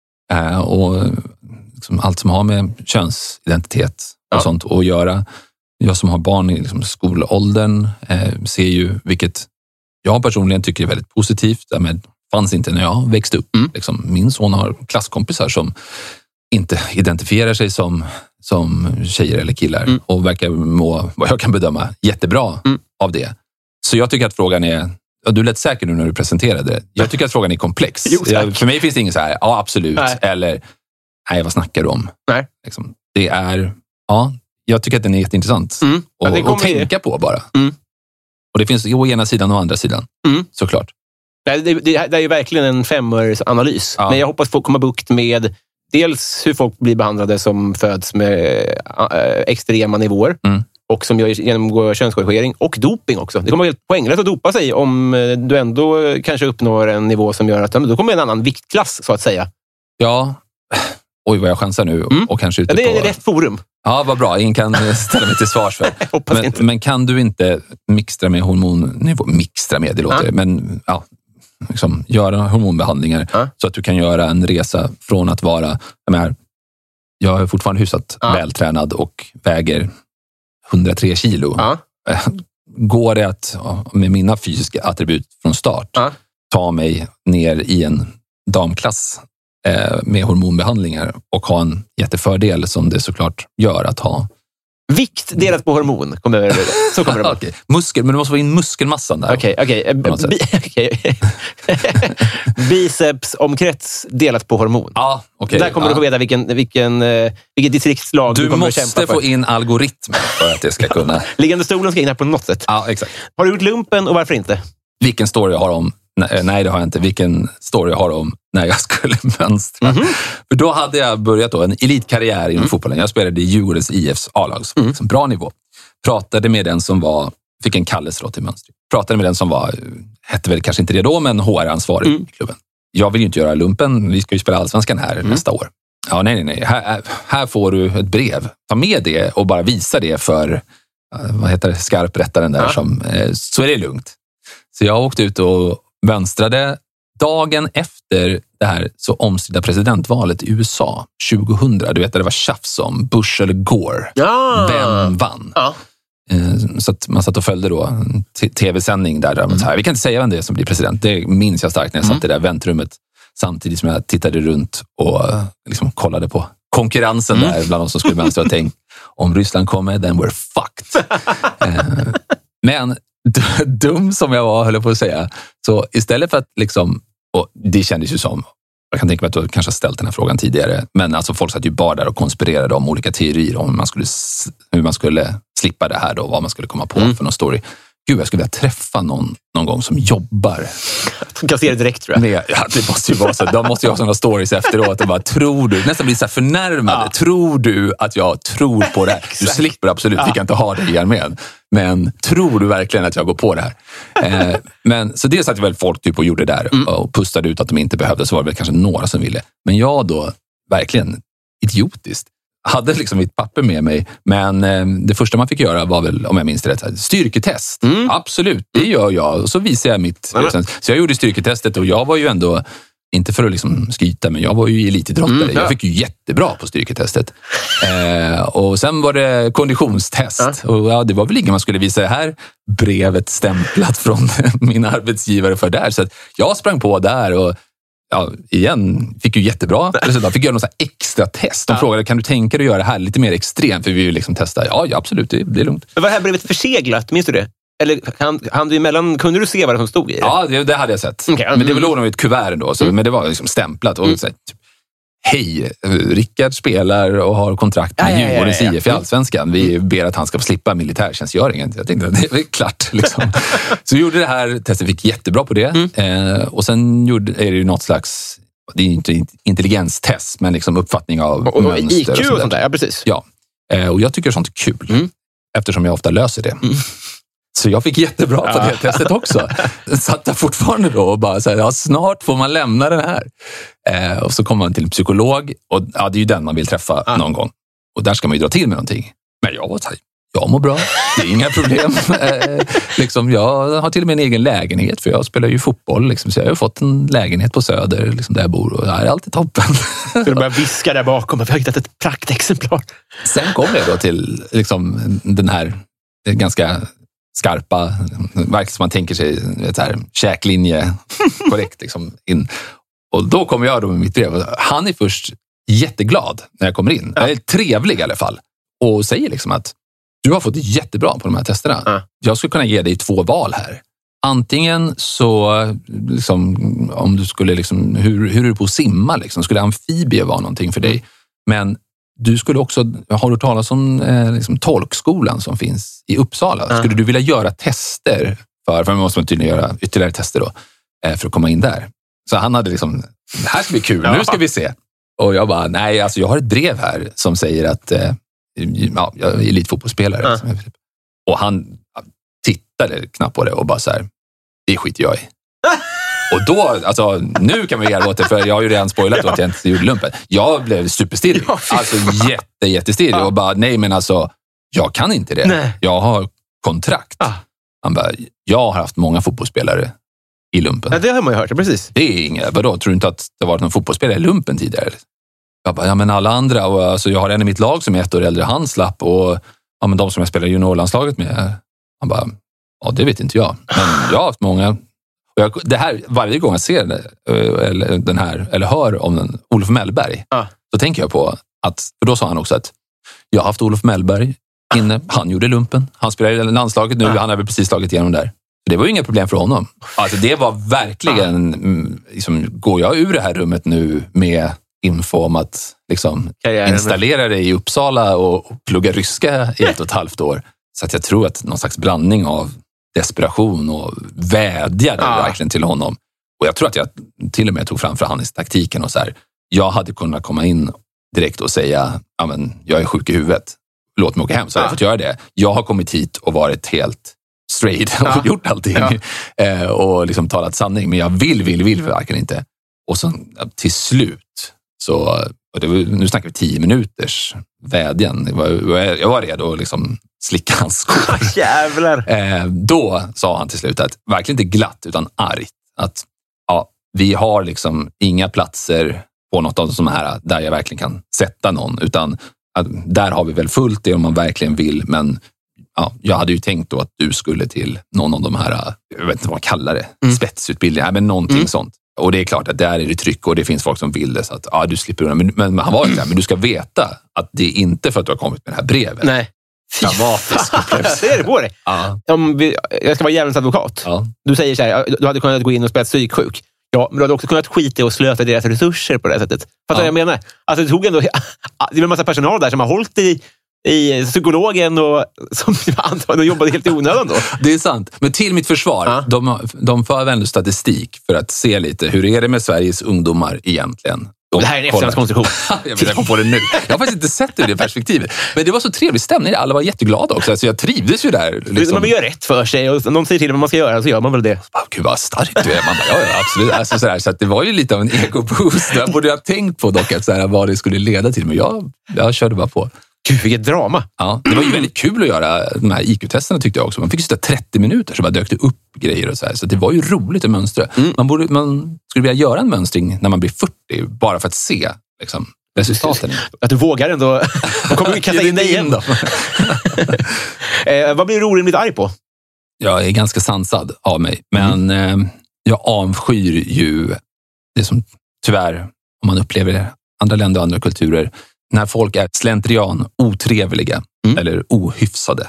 Och liksom allt som har med könsidentitet och sånt att göra. Jag som har barn i liksom skolåldern ser ju, vilket jag personligen tycker är väldigt positivt. Därmed fanns inte när jag växte upp. Liksom, min son har klasskompisar som inte identifierar sig som tjejer eller killar och verkar må, vad jag kan bedöma, jättebra av det. Så jag tycker att frågan är, du lät säker nu när du presenterade det. Jag tycker att frågan är komplex. För mig finns det ingen så här, ja absolut, eller nej, vad snackar du om? Nej. Liksom, det är, jag tycker att den är jätteintressant att tänka på bara. Och det finns å ena sidan och å andra sidan, såklart. Det är ju verkligen en 5-årsanalys. Men jag hoppas få komma bukt med dels hur folk blir behandlade som föds med extrema nivåer och som genomgår könskorrigering och doping också. Det kommer vara helt poänglöst att dopa sig om du ändå kanske uppnår en nivå som gör att då kommer en annan viktklass så att säga. Ja, oj vad jag chansar nu och kanske ute det är rätt forum. Ja, vad bra. Ingen kan ställa mig till svars för. Men kan du inte mixtra med hormonnivå? Mixtra med, det låter men liksom, göra hormonbehandlingar så att du kan göra en resa från att vara, jag är fortfarande hyfsat vältränad och väger 103 kilo. Går det att med mina fysiska attribut från start ta mig ner i en damklass med hormonbehandlingar och ha en jättefördel som det såklart gör att ha. Vikt delat på hormon. Så kommer det vara. Okay. Muskel, men du måste få in muskelmassan där. Okej. Biceps omkrets delat på hormon. Ja, okej. Där kommer du få veta vilket distriktslag du kommer att kämpa för. Du måste få in algoritmer för att det ska kunna. Liggande stolen ska in här på något sätt. Ja, exakt. Har du gjort lumpen och varför inte? Vilken story jag har om? Nej, det har jag inte. Vilken story jag har om när jag skulle mönstra. För då hade jag börjat en elitkarriär inom fotbollen. Jag spelade i Djurgårdens IFs A-lags. Bra nivå. Pratade med den som fick en kallelse till mönstring. Pratade med den som hette väl kanske inte det då, men HR-ansvarig i klubben. Jag vill ju inte göra lumpen. Vi ska ju spela allsvenskan här nästa år. Ja, nej. Här får du ett brev. Ta med det och bara visa det för skarprättaren där så är det lugnt. Så jag åkte ut och mönstrade dagen efter det här så omstridda presidentvalet i USA 2000. Du vet, det var tjafs om Bush eller Gore. Vem vann? Så att man satt och följde då en tv-sändning där man sa, vi kan inte säga vem det är som blir president. Det minns jag starkt när jag satt i det där väntrummet samtidigt som jag tittade runt och liksom kollade på konkurrensen där bland de som skulle mönstra och tänkte, om Ryssland kommer, then we're fucked. Men dum som jag var, höll jag på att säga. Så istället för att liksom, och det kändes ju som, jag kan tänka mig att du kanske har ställt den här frågan tidigare, men alltså folk satt ju bara där och konspirerade om olika teorier om hur man skulle slippa det här då, vad man skulle komma på för någon story. gud, jag skulle vilja träffa någon gång som jobbar. Du kan se det direkt, tror jag. Ja, det måste ju vara så. De måste ju ha sådana stories efteråt. Och bara, tror du, nästan blir så här förnärmade. Ja. Tror du att jag tror på det här? Du slipper absolut, vi kan inte ha det i armén. Men tror du verkligen att jag går på det här? Men så det satt väl folk typ och gjorde där och pustade ut att de inte behövde. Så var det väl kanske några som ville. Men jag då, verkligen idiotiskt, hade liksom mitt papper med mig, men det första man fick göra var väl, om jag minns det rätt, styrketest. Absolut, det gör jag. Och så visade jag mitt. Så jag gjorde styrketestet och jag var ju ändå, inte för att liksom skryta, men jag var ju elitidrottare. Jag fick ju jättebra på styrketestet. Och sen var det konditionstest. Och det var väl inget man skulle visa här. Brevet stämplat från min arbetsgivare för där. Så att jag sprang på där och igen, fick ju jättebra resultat. Fick göra något extra test. De frågade, kan du tänka dig att göra det här lite mer extremt? För vi vill liksom testa. Ja, absolut, det är lugnt. Men var det här brevet förseglat? Minns du det? Eller han du emellan, kunde du se vad det som stod i det? Ja, det hade jag sett. Okay. Men det var nog ett kuvert ändå. Så, men det var liksom stämplat. Och så, hej, Rickard spelar och har kontrakt med Djurgårdens IF i Allsvenskan. Vi ber att han ska få slippa militärtjänstgöringen. Jag tänkte att det är klart. Liksom. Så vi gjorde det här testet, fick jättebra på det. Och sen är det ju något slags, det är ju inte intelligenstest, men liksom uppfattning av och mönster. IQ och sånt där, ja precis. Ja, och jag tycker sånt är kul. Eftersom jag ofta löser det. Så jag fick jättebra på det testet också. Satt där fortfarande då och bara så här, snart får man lämna den här. Och så kommer man till en psykolog och det är ju den man vill träffa någon gång. Och där ska man ju dra till med någonting. Men jag var så här, jag mår bra, det är inga problem. Liksom, jag har till och med en egen lägenhet för jag spelar ju fotboll. Liksom, så jag har fått en lägenhet på Söder liksom, där jag bor och det här är alltid toppen. Så du börjar viska där bakom och vi har hittat ett praktexemplar. Sen kom jag då till liksom, den här ganska skarpa, verkligen som man tänker sig så här, käklinje korrekt liksom, in. Och då kommer jag då med mitt brev. Han är först jätteglad när jag kommer in. Jag är trevlig i alla fall. Och säger liksom att du har fått jättebra på de här testerna. Jag skulle kunna ge dig 2 val här. Antingen så, liksom, om du skulle, liksom, hur är du på att simma? Liksom? Skulle amfibie vara någonting för dig? Men du skulle också, har du talat om liksom, tolkskolan som finns i Uppsala? Skulle du vilja göra tester för man måste tydligen göra ytterligare tester då, för att komma in där? Så han hade liksom, det här ska bli kul, nu ska vi se. Och jag bara, nej, alltså jag har ett brev här som säger att jag är elitfotbollsspelare. Och han tittade knappt på det och bara så här, det skiter jag i. Och då, alltså nu kan vi göra åt det, för jag har ju redan spoilat att jag inte gjorde lumpen. Jag blev superstirrig. Alltså jättestirrig och bara, nej men alltså, jag kan inte det. Nej. Jag har kontrakt. Han bara, jag har haft många fotbollsspelare i lumpen. Ja, det har man ju hört, precis. Det är inget, vadå? Tror du inte att det var någon fotbollsspelare i lumpen tidigare? Jag bara, ja men alla andra, och alltså, jag har en i mitt lag som är 1 år äldre, han slapp, och ja, men de som jag spelar i juniorlandslaget med, han bara, ja det vet inte jag. Men jag har haft många. Och det här, varje gång jag ser det, eller hör om Olof Mellberg, så tänker jag på att, för då sa han också att jag har haft Olof Mellberg inne, han gjorde lumpen, han spelar i landslaget nu, han har väl precis slagit igenom där. Det var ju inga problem för honom. Alltså det var verkligen, liksom, går jag ur det här rummet nu med info om att liksom, installera det i Uppsala och plugga ryska i 1,5 år. Så att jag tror att någon slags blandning av desperation och vädjade verkligen till honom. Och jag tror att jag till och med tog fram förhandlingstaktiken och så här. Jag hade kunnat komma in direkt och säga, ja men jag är sjuk i huvudet. Låt mig åka hem, så jag har fått göra det. Jag har kommit hit och varit helt straight och gjort allting. Och liksom talat sanning. Men jag vill verkligen inte. Och så till slut så, och det var, nu snackar vi 10 minuters vädjan. Jag var redo att liksom slicka hans skor. Jävlar. Då sa han till slut att, verkligen inte glatt utan argt, att vi har liksom inga platser på något av de här där jag verkligen kan sätta någon, utan att där har vi väl fullt det om man verkligen vill, men jag hade ju tänkt då att du skulle till någon av de här, jag vet inte vad man kallar det, spetsutbildningar, men någonting sånt. Och det är klart att där är det tryck och det finns folk som vill det, så att du slipper undan. Men han var ju där, men du ska veta att det är inte för att du har kommit med det här brevet. Nej. Dramatisk upplevelse. Det är det på dig. Jag ska vara djävulens advokat. Du säger så här, du hade kunnat gå in och spela psyksjuk. Ja, men du hade också kunnat skita och slösa deras resurser på det sättet. Fattar vad jag menar? Alltså det tog ändå, det är en massa personal där som har hållit i i psykologen och som antagligen jobbade helt i onödan då. Det är sant. Men till mitt försvar, de för väl statistik för att se lite hur är det med Sveriges ungdomar egentligen. Det här är en efterhandskonstruktion. Jag kom på det nu. Jag har faktiskt inte sett det i det perspektivet. Men det var så trevlig stämning. Alla var jätteglada också. Alltså jag trivdes ju där. Liksom. Man vill göra rätt för sig och någon säger till vad man ska göra så gör man väl det. Gud vad starkt du är. Man bara, ja, absolut. Alltså, så att det var ju lite av en ego-boost. Jag borde ha tänkt på dock att vad det skulle leda till. Men jag körde bara på. Gud, vilket drama. Ja, det var ju väldigt kul att göra de här IQ-testerna tyckte jag också. Man fick ju sitta 30 minuter så bara dök det upp grejer och så här. Så det var ju roligt att mönstra. Man skulle vilja göra en mönstring när man blir 40 bara för att se liksom, resultaten. Att du vågar ändå. Man kommer ju kasta in dig igen då. Vad blir du orimligt arg på? Jag är ganska sansad av mig. Men jag avskyr ju det som tyvärr, om man upplever det, andra länder och andra kulturer, när folk är slentrian, otrevliga eller ohyfsade.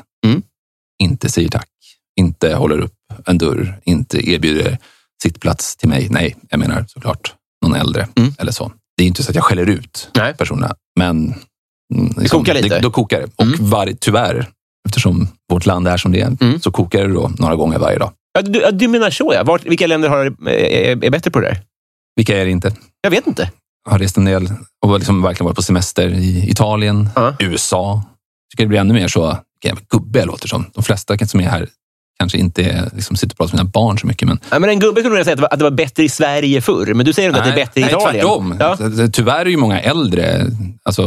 Inte säger tack, inte håller upp en dörr, inte erbjuder sittplats till mig. Nej, jag menar såklart någon äldre eller så. Det är inte så att jag skäller ut personerna, men det kokar lite. Då kokar det. Och tyvärr, eftersom vårt land är som det är, så kokar det då några gånger varje dag. Ja, du menar så, ja. Vilka länder är bättre på det där? Vilka är det inte? Jag vet inte. Jag har rest en del och liksom verkligen varit på semester i Italien, USA. Tycker det blir ännu mer så gubbe jag låter som. De flesta som är här kanske inte liksom sitter och pratar med sina barn så mycket. Men en gubbe kunde säga att det var bättre i Sverige förr. Men du säger att det är bättre i Italien. Tvärtom. Ja. Tyvärr är ju många äldre. Alltså,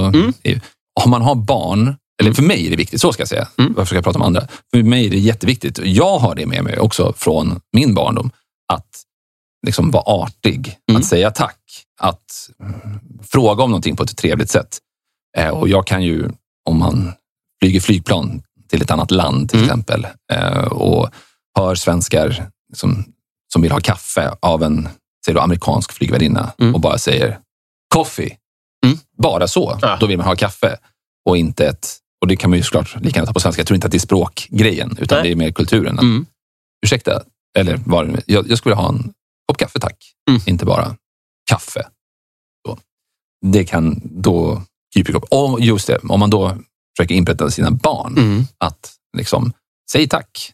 om man har barn, eller för mig är det viktigt, så ska jag säga. Varför ska jag prata om andra? För mig är det jätteviktigt. Jag har det med mig också från min barndom. Att liksom vara artig. Att säga tack. Att fråga om någonting på ett trevligt sätt. Och jag kan ju, om man flyger flygplan till ett annat land till exempel och hör svenskar som vill ha kaffe av en amerikansk flygvärdinna och bara säger coffee. Bara så. Då vill man ha kaffe och inte och det kan man ju såklart lika gärna ta på svenska. Jag tror inte att det är språkgrejen utan det är mer kulturen. Ursäkta, eller jag skulle ha en kopp kaffe tack. Inte bara kaffe. Så. Det kan då och just det, om man då försöker inpränta sina barn att liksom, säg tack,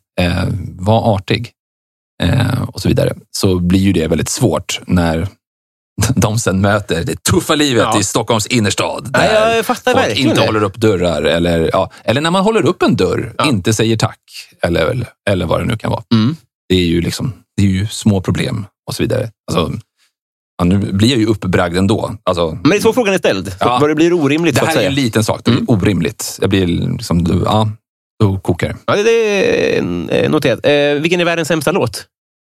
var artig och så vidare, så blir ju det väldigt svårt när de sen möter det tuffa livet i Stockholms innerstad där jag fattar folk inte håller upp dörrar eller när man håller upp en dörr inte säger tack eller vad det nu kan vara. Det är ju liksom, det är ju små problem och så vidare. Alltså, nu blir jag ju uppbragd ändå. Alltså, men det är så frågan är ställd. Vad det blir orimligt. Det här är en liten sak. Det blir orimligt. Jag blir liksom, då kokar det. Ja, det är noterat. Vilken är världens sämsta låt?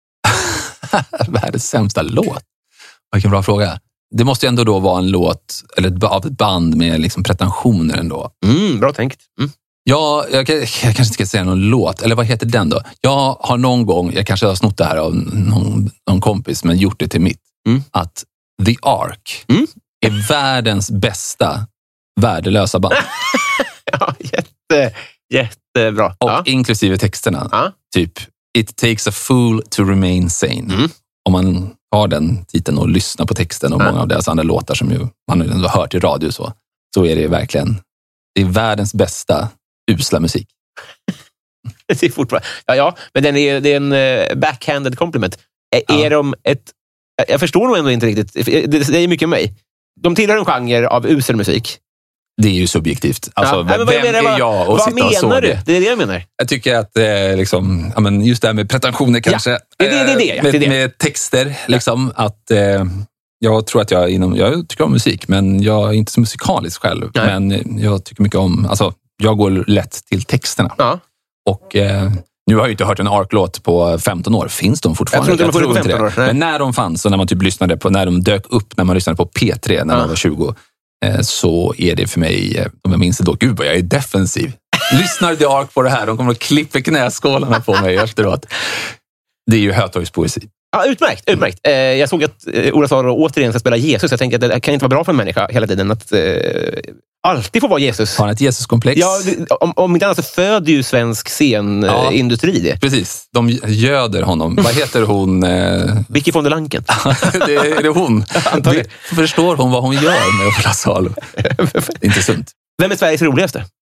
Världens sämsta låt? Vilken bra fråga. Det måste ju ändå då vara en låt eller av ett band med liksom pretensioner ändå. Bra tänkt. Ja, jag kanske inte ska säga någon låt. Eller vad heter den då? Jag har någon gång, jag kanske har snott det här av någon kompis, men gjort det till mitt. Att The Ark är världens bästa värdelösa band. Ja, jättebra. Och inklusive texterna. Typ, it takes a fool to remain sane. Om man har den titeln och lyssnar på texten och många av deras andra låtar som ju man har hört i radio så är det verkligen, det är världens bästa usla musik. Det är fortfarande. Ja, men det är en backhanded compliment. Är de jag förstår nog ändå inte riktigt. Det är mycket mig. De tillhör en genre av usel musik. Det är ju subjektivt. Alltså, vem är jag att sitta och så menar du? Det är det jag menar. Jag tycker att liksom, just det här med pretensioner kanske. Med texter. Liksom, att jag tror att jag tycker om musik, men jag är inte så musikalisk själv. Nej. Men jag tycker mycket om, alltså, jag går lätt till texterna. Ja. Och nu har jag inte hört en Ark-låt på 15 år. Finns de fortfarande? Jag tror inte det. Men när de fanns och när man typ lyssnade på, när de dök upp, när man lyssnade på P3 när man var 20, så är det för mig, om jag minns det då, gud vad jag är defensiv. Lyssnar The Ark på det här, de kommer att klippa knäskålarna på mig efteråt. Det är ju Hötorgspoesi. Ja, utmärkt. Jag såg att Ola Salo återigen ska spela Jesus. Jag tänker att det kan inte vara bra för en människa hela tiden att alltid få vara Jesus. Har han ett Jesus-komplex? Ja, om inte annat så föder ju svensk scenindustri det. Precis, de göder honom. Vad heter hon? Vicky von der Lanken. Är det hon? Förstår hon vad hon gör med Ola Salo? Inte sunt. Vem är Sveriges roligaste?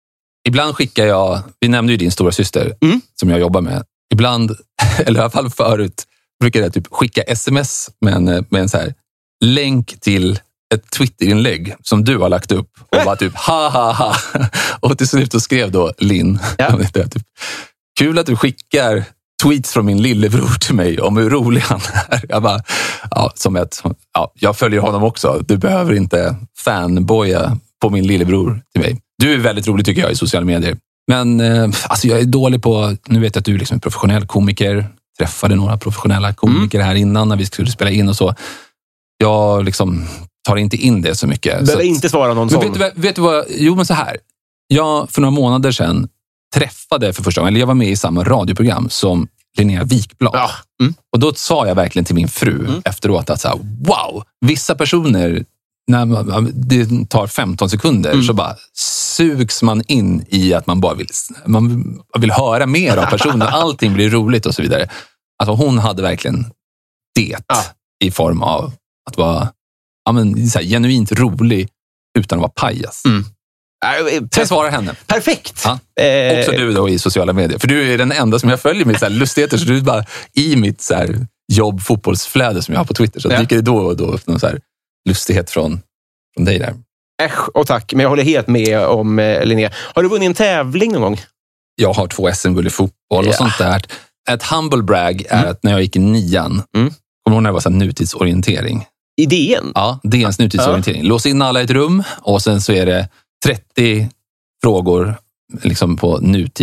Ibland skickar jag, vi nämnde ju din stora syster som jag jobbar med. Ibland, eller i alla fall förut, brukar jag typ skicka sms med en så här länk till ett Twitter-inlägg som du har lagt upp och bara typ ha ha ha. Och till slut så skrev då Linn, typ, kul att du skickar tweets från min lillebror till mig om hur rolig han är. Jag bara, jag följer honom också. Du behöver inte fanboya på min lillebror till mig. Du är väldigt rolig tycker jag i sociala medier. Men alltså jag är dålig på, nu vet jag att du är liksom en professionell komiker. Träffade några professionella komiker här innan när vi skulle spela in och så. Jag liksom tar inte in det så mycket. Behöver inte svara någon sån. Vet du vad? Jo, men så här. Jag för några månader sedan träffade för första gången, eller jag var med i samma radioprogram som Linnea Wikblad. Ja. Och då sa jag verkligen till min fru efteråt att så här, wow, vissa personer, när det tar 15 sekunder så bara sugs man in i att man bara vill höra mer av personen. Allting blir roligt och så vidare. Alltså hon hade verkligen det i form av att vara så här, genuint rolig utan att vara pajas. Jag svarar henne. Perfekt. Ja. Också du då i sociala medier. För du är den enda som jag följer med så här lustigheter. Så du är bara i mitt så här jobb-fotbollsflöde som jag har på Twitter. Så dyker det då och då upp någon så här lustighet från dig där. Och tack. Men jag håller helt med om Linnea. Har du vunnit en tävling någon gång? Jag har 2 SM-guld i fotboll och sånt där. Ett humble brag är att när jag gick i 9:an, kommer du ihåg när det var så här nutidsorientering? I DN? Ja, DNs nutidsorientering. Lås in alla i ett rum och sen så är det 30 frågor liksom på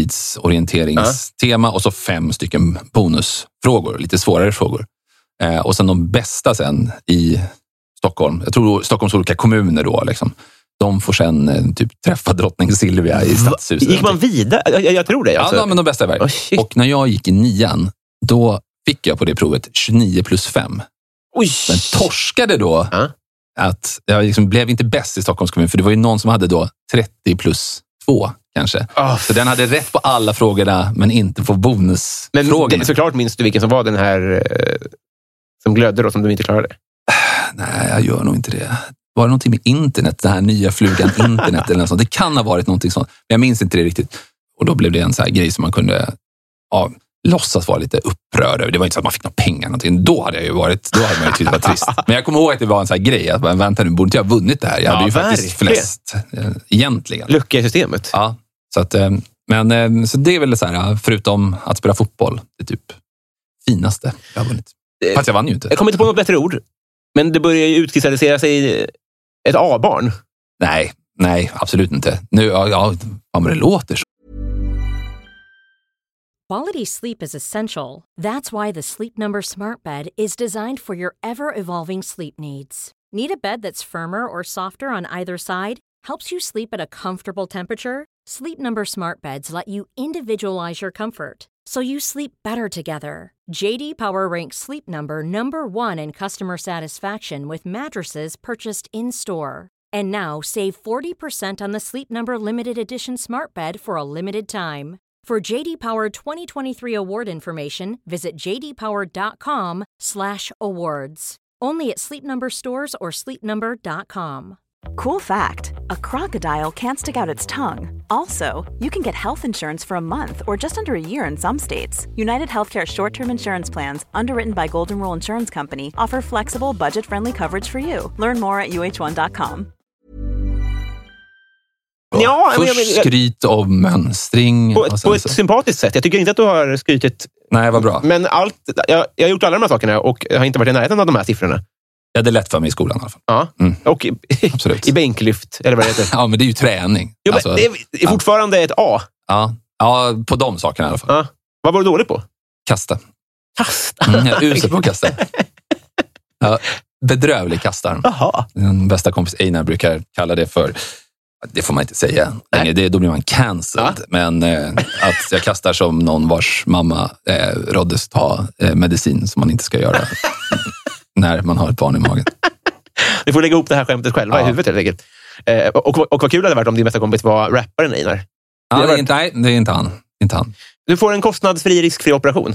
nutidsorienteringstema och så 5 stycken bonusfrågor, lite svårare frågor. Och sen de bästa sen i Stockholm, jag tror Stockholms olika kommuner då liksom, de får sen typ träffa drottning Silvia i stadshuset. Gick man vidare? Jag tror det. Alltså. Ja, men de bästa i världen. Och när jag gick i 9:an, då fick jag på det provet 29+5. Men torskade då att jag liksom blev inte bäst i Stockholms kommun, för det var ju någon som hade då 30+2 kanske. Så den hade rätt på alla frågorna men inte på bonusfrågorna. Men såklart minns du vilken som var den här som glödde då, som du inte klarade? Nej, jag gör nog inte det. Var det någonting med internet, den här nya flugan internet eller något sånt? Det kan ha varit någonting sånt, men jag minns inte det riktigt. Och då blev det en så här grej som man kunde låtsas vara lite upprörd över. Det var inte så att man fick några pengar någonting. Då hade man ju tyckt det var trist. Men jag kommer ihåg att det var en sån här grej att vänta nu, borde inte jag ha vunnit det här? Jag hade ju faktiskt flest egentligen. Lucka i systemet. Ja, så att så det är väl så här, förutom att spela fotboll, det typ finaste jag har vunnit. Fast jag vann ju inte. Jag kommer inte på något bättre ord. Men det börjar ju utkristallisera sig ett A-barn. Nej, absolut inte. Nu, vad det låter så. Quality sleep is essential. That's why the Sleep Number Smart Bed is designed for your ever-evolving sleep needs. Need a bed that's firmer or softer on either side? Helps you sleep at a comfortable temperature? Sleep Number Smart Beds let you individualize your comfort, so you sleep better together. JD Power ranks Sleep Number #1 in customer satisfaction with mattresses purchased in-store. And now save 40% on the Sleep Number Limited Edition Smart Bed for a limited time. For JD Power 2023 award information, visit jdpower.com/awards. Only at Sleep Number stores or sleepnumber.com. Cool fact, a crocodile can't stick out its tongue. Also, you can get health insurance for a month or just under a year in some states. United Healthcare short-term insurance plans, underwritten by Golden Rule Insurance Company, offer flexible, budget-friendly coverage for you. Learn more at uh1.com. Ja, först skryt om mönstring. På ett sympatiskt sätt. Jag tycker inte att du har skrytit. Nej, vad bra. Men jag har gjort alla de här sakerna och jag har inte varit i närheten av de här siffrorna. Ja, det är lätt för mig i skolan i alla fall. Ja, och i bänklyft, eller vad det heter. Ja, men det är ju träning. Jo, alltså, det är fortfarande ett A. Ja, på de sakerna i alla fall. Ja. Vad var du dålig på? Kasta. Kasta? Jag är usel på att kasta. Bedrövlig kastar. Jaha. Den bästa kompis Einar brukar kalla det för, det får man inte säga längre, då blir man cancelled. Ja. Men att jag kastar som någon vars mamma råddes ta medicin som man inte ska göra när man har ett barn i magen. Du får lägga ihop det här skämtet själva i huvudet helt enkelt. Och vad kul det hade varit om din bästa kompis var rapparen Einar. Ja, det är inte han. Du får en kostnadsfri, riskfri operation.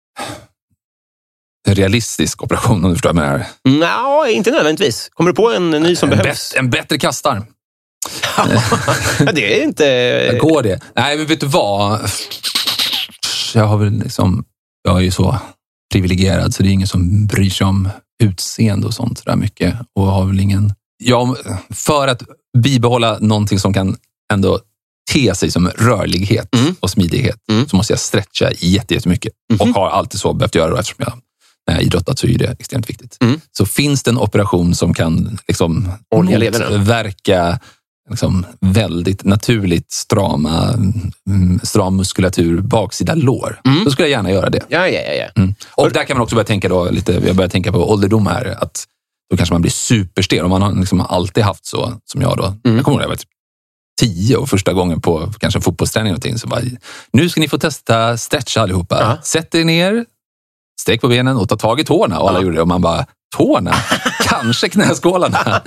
En realistisk operation, om du förstår vad jag menar. Nej, inte nödvändigtvis. Kommer du på en ny som behövs? En bättre kastar. Ja, det är inte... Går det? Nej, men vet du vad? Jag är ju så privilegierad så det är ingen som bryr sig om utseende och sånt där mycket. Och har väl ingen... för att bibehålla någonting som kan ändå te sig som rörlighet och smidighet så måste jag stretcha jättemycket. Och har alltid så behövt göra det eftersom jag när jag idrottat så är det extremt viktigt. Så finns det en operation som kan liksom motverka liksom väldigt naturligt stram muskulatur baksida lår. Då skulle jag gärna göra det. Ja. Och där kan man också börja tänka då lite, jag börjar tänka på ålderdom här, att då kanske man blir superstel. Om man har liksom alltid haft så som jag då. Jag kommer ihåg, jag var 10 och första gången på kanske en fotbollsträning eller någonting så bara, nu ska ni få testa stretcha allihopa. Sätt er ner, sträck på benen och ta tag i tårna. Och alla gjorde det och man bara, tårna? Kanske knäskålarna.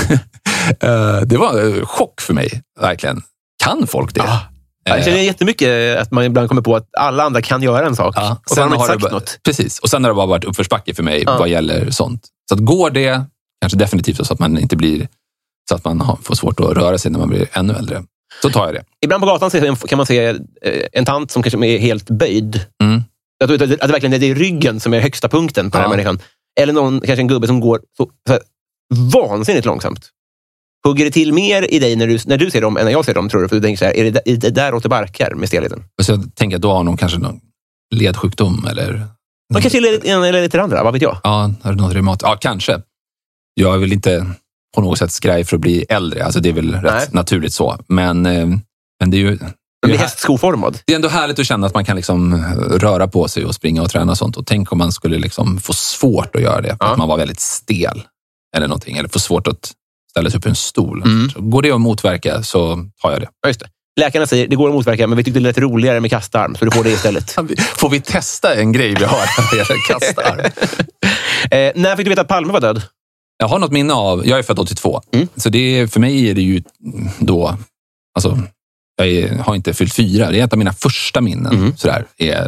Det var en chock för mig, verkligen. Kan folk det? Jag känner jättemycket att man ibland kommer på att alla andra kan göra en sak. Och sen har det något. Precis, och sen har det bara varit uppförsbacke för mig vad gäller sånt. Så att går det, kanske definitivt så att man inte blir, så att man får svårt att röra sig när man blir ännu äldre. Så tar jag det. Ibland på gatan kan man se en tant som kanske är helt böjd. Att det verkligen är ryggen som är högsta punkten på den här människan. Eller kanske en gubbe som går så vansinnigt långsamt. Hugger det till mer i dig när du ser dem än när jag ser dem, tror du? För du tänker så här, är det där åt det barkar med stelheten? Så jag tänker att då har någon kanske någon ledsjukdom eller... Man kanske är lite andra, vad vet jag? Ja, har du något reumat? Ja, kanske. Jag vill inte på något sätt skraj för att bli äldre. Alltså det är väl rätt naturligt så. Men det är ju... Det blir hästskoformad. Det är ändå härligt att känna att man kan liksom röra på sig och springa och träna och sånt. Och tänk om man skulle liksom få svårt att göra det. Att man var väldigt stel eller någonting. Eller få svårt att ställa sig upp i en stol. Så går det att motverka så tar jag det. Ja, just det. Läkarna säger det går att motverka, men vi tyckte det lät roligare med kastarm. Så du får det istället. Får vi testa en grej vi har här? Kastarm. När fick du veta att Palme var död? Jag har något minne av, jag är född 82. Så för mig är det ju då, alltså jag har inte fyllt 4. Det är ett av mina första minnen. Sådär,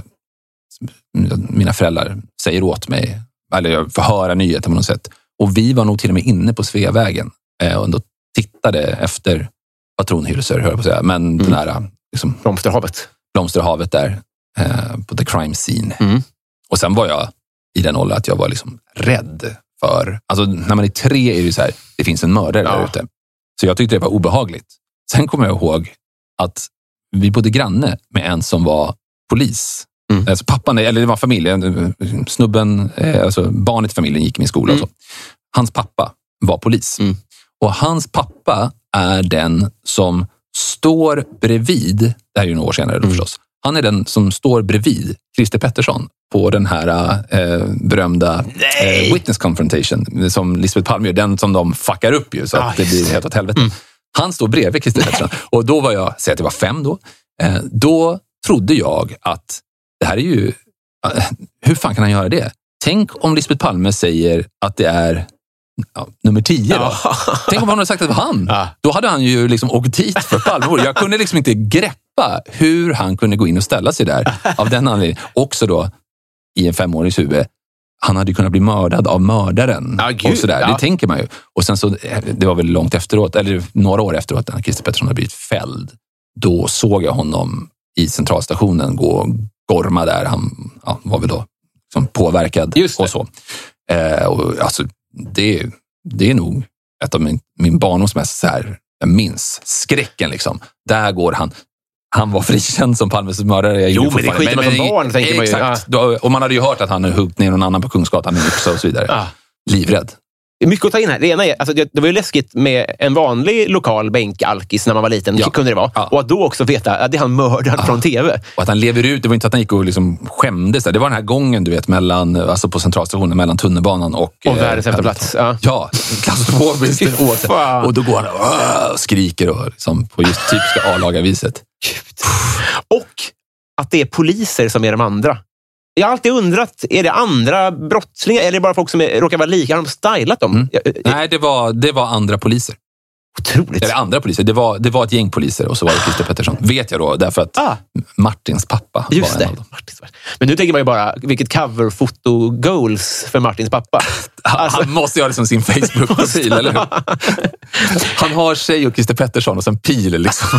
mina föräldrar säger åt mig, eller jag får höra nyheter på något sätt. Och vi var nog till och med inne på Sveavägen och ändå tittade efter patronhylsor, hör jag på att säga. Men den här liksom, Blomsterhavet där på the crime scene. Och sen var jag i den åldern att jag var liksom rädd för, alltså när man är 3 är det så här, det finns en mördare där ute. Så jag tyckte det var obehagligt. Sen kommer jag ihåg att vi bodde granne med en som var polis. Alltså pappan, eller det var familjen, snubben, alltså barnet i familjen gick i min skola och så. Hans pappa var polis. Och hans pappa är den som står bredvid, det här är ju några år senare då förstås, han är den som står bredvid Christer Pettersson på den här berömda witness confrontation som Lisbeth Palme gör, den som de fuckar upp ju så att det blir helt åt helvete. Han står bredvid Christer Pettersson och då var jag, säg att jag var 5 då, då trodde jag att det här är ju, hur fan kan han göra det? Tänk om Lisbeth Palme säger att det är nummer 10 då. Tänk om han hade sagt att det var han. Då hade han ju liksom åkt dit för Palmemord. Jag kunde liksom inte greppa hur han kunde gå in och ställa sig där av den anledningen. Också då i en 5-årings huvud. Han hade kunnat bli mördad av mördaren. Och sådär. Det tänker man ju. Och sen så, det var väl långt efteråt, eller några år efteråt när Christer Pettersson hade blivit fälld. Då såg jag honom i centralstationen gå och gorma där. Han var väl då som påverkad och så. Och alltså det är nog ett av min barndoms mest så här, jag minns skräcken liksom. Där går han var frikänd som Palmes mördare. Jo, men det skiter man som barn, tänker man ju. Exakt. Och man hade ju hört att han hade huggit ner någon annan på Kungsgatan med yxa och så vidare. Livrädd. Det är mycket att ta in här. Det ena är, alltså, det var ju läskigt med en vanlig lokal bänkalkis när man var liten, kunde det vara. Och att då också veta att det är han mördaren från tv. Och att han lever ut, det var inte att han gick och liksom skämdes där. Det var den här gången, du vet, alltså på centralstationen mellan tunnelbanan och världens efterplats. Ja, klaustrofobisk. Och då går han och skriker och liksom, på just typiska A-lagarviset. Och att det är poliser som är de andra. Jag har alltid undrat, är det andra brottslingar eller är det bara folk som råkar vara lika? Har de stylat dem? Nej, det var andra poliser. Otroligt. Eller andra poliser. Det var ett gäng poliser och så var det Christer Pettersson. Vet jag då, därför att Martins pappa just var det. en av dem. Men nu tänker man ju bara, vilket coverfoto-goals för Martins pappa. Alltså, han måste göra det som sin Facebook-profil, eller hur? Han har sig och Christer Pettersson och sen pil liksom.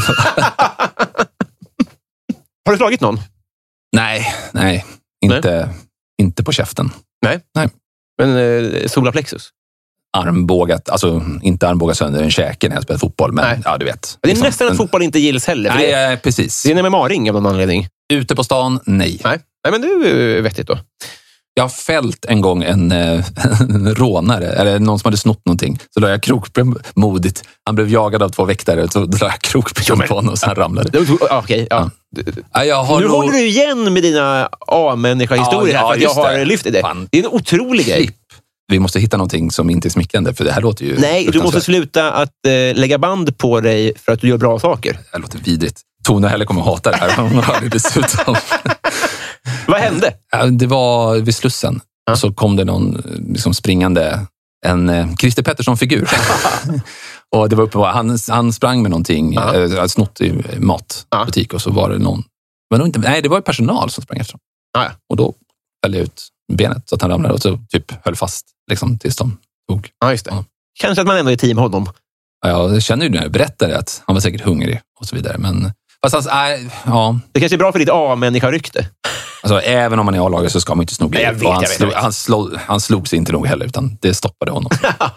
Har du slagit någon? Nej. Inte på käften. Nej. Men solarplexus? Armbågat, alltså inte armbågat sönder en käke när jag spelar fotboll, men ja, du vet. Det är liksom, nästan att fotboll inte gills heller. Nej, precis. Det är en MMA-ring av någon anledning. Ute på stan, nej. Nej, men det är vettigt då. Jag har fällt en gång en rånare, eller någon som hade snott någonting. Så la jag krokben modigt. Han blev jagad av 2 väktare, så la jag krokben på honom och så han ramlade. Okej, ja. Nu håller du igen med dina A-människa-historier här, för att jag har lyft i det. Fan. Det är en otrolig grej. Vi måste hitta någonting som inte är smickrande, för det här låter ju... Nej, du måste sluta att lägga band på dig för att du gör bra saker. Det låter vidrigt. Tona heller kommer att hata det här. Hon har det dessutom. Vad hände? Det var vid Slussen. Och så kom det någon liksom springande, en Christer Pettersson-figur. Och det var uppe, han sprang med någonting, snott i matbutik, och så var det någon. Men det var ju personal som sprang efter honom. Och då fällde jag ut benet så att han ramlade och så typ höll fast liksom, tills de tog. Ja, just det. Ja. Kanske att man ändå är team honom. Ja, jag känner ju när jag berättade att han var säkert hungrig och så vidare. Men fast ja. Det kanske är bra för ditt A-människa-rykte. Alltså, även om man är A-lagare så ska man inte sno grejer. Han slog sig inte nog heller, utan det stoppade honom.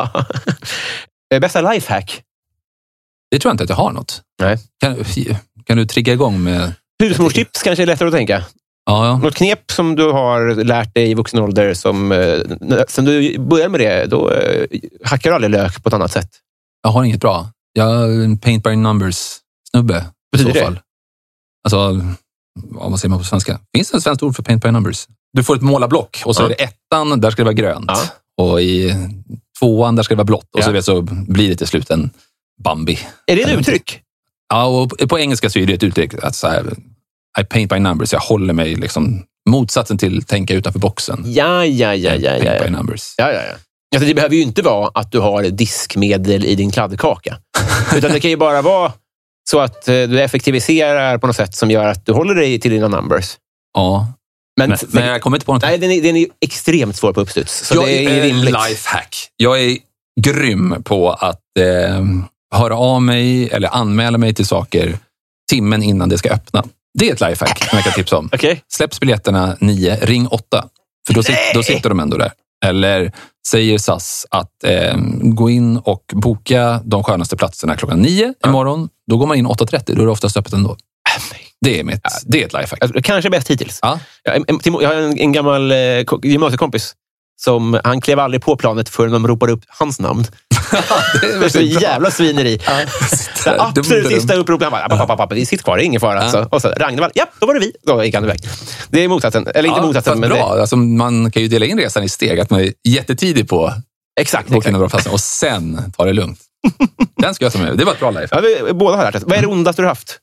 Bästa lifehack? Det tror jag inte att jag har något. Nej. Kan du trigga igång med... Husmorstips kanske är lättare att tänka. Ja. Något knep som du har lärt dig i vuxen ålder som sen du börjar med det, då hackar du aldrig lök på ett annat sätt. Jag har inget bra. Jag är en paint by numbers-snubbe i så fall. Alltså, vad säger man på svenska? Finns det ett svenskt ord för paint by numbers? Du får ett målarblock och så är det 1:an, där ska det vara grönt. Ja. Och i 2:an, där ska det vara blått. Och så blir det till slut en Bambi. Är det ett uttryck? Ja, och på engelska så är det ett uttryck att så här, I paint by numbers. Jag håller mig liksom motsatsen till tänka utanför boxen. Ja. Paint by numbers. Ja. Alltså, det behöver ju inte vara att du har diskmedel i din kladdkaka. Utan det kan ju bara vara så att du effektiviserar på något sätt som gör att du håller dig till dina numbers. Ja. Men jag kommer inte på något. Nej, den är extremt svår på uppstuds. Så det är rimligt. Lifehack. Jag är grym på att höra av mig eller anmäla mig till saker timmen innan det ska öppna. Det är ett lifehack som jag kan tipsa om. Okay. Släpps biljetterna 9, ring 8. För då sitter de ändå där. Eller säger SAS att gå in och boka de skönaste platserna klockan 9 imorgon. Då går man in 8:30. Då är det oftast öppet ändå. Det är ett lifehack. Kanske bäst hittills. Ja. Jag har en gammal gymnasiekompis som han klev aldrig på planet förrän de ropade upp hans namn. Det är så jävla svineri. Absolut sista upprop. Han bara, pappa, vi sitter kvar, det är ingen fara. Ja. Och så Ragnvall, då var det vi. Då gick han iväg. Det är motsatsen. Eller inte motsatsen, men bra. Alltså, man kan ju dela in resan i steg. Att man är jättetidig på exakt. Och sen tar det lugnt. Den ska jag ta med. Det var ett bra life. Ja, vi båda har lärt oss. Vad är det ondaste du har haft?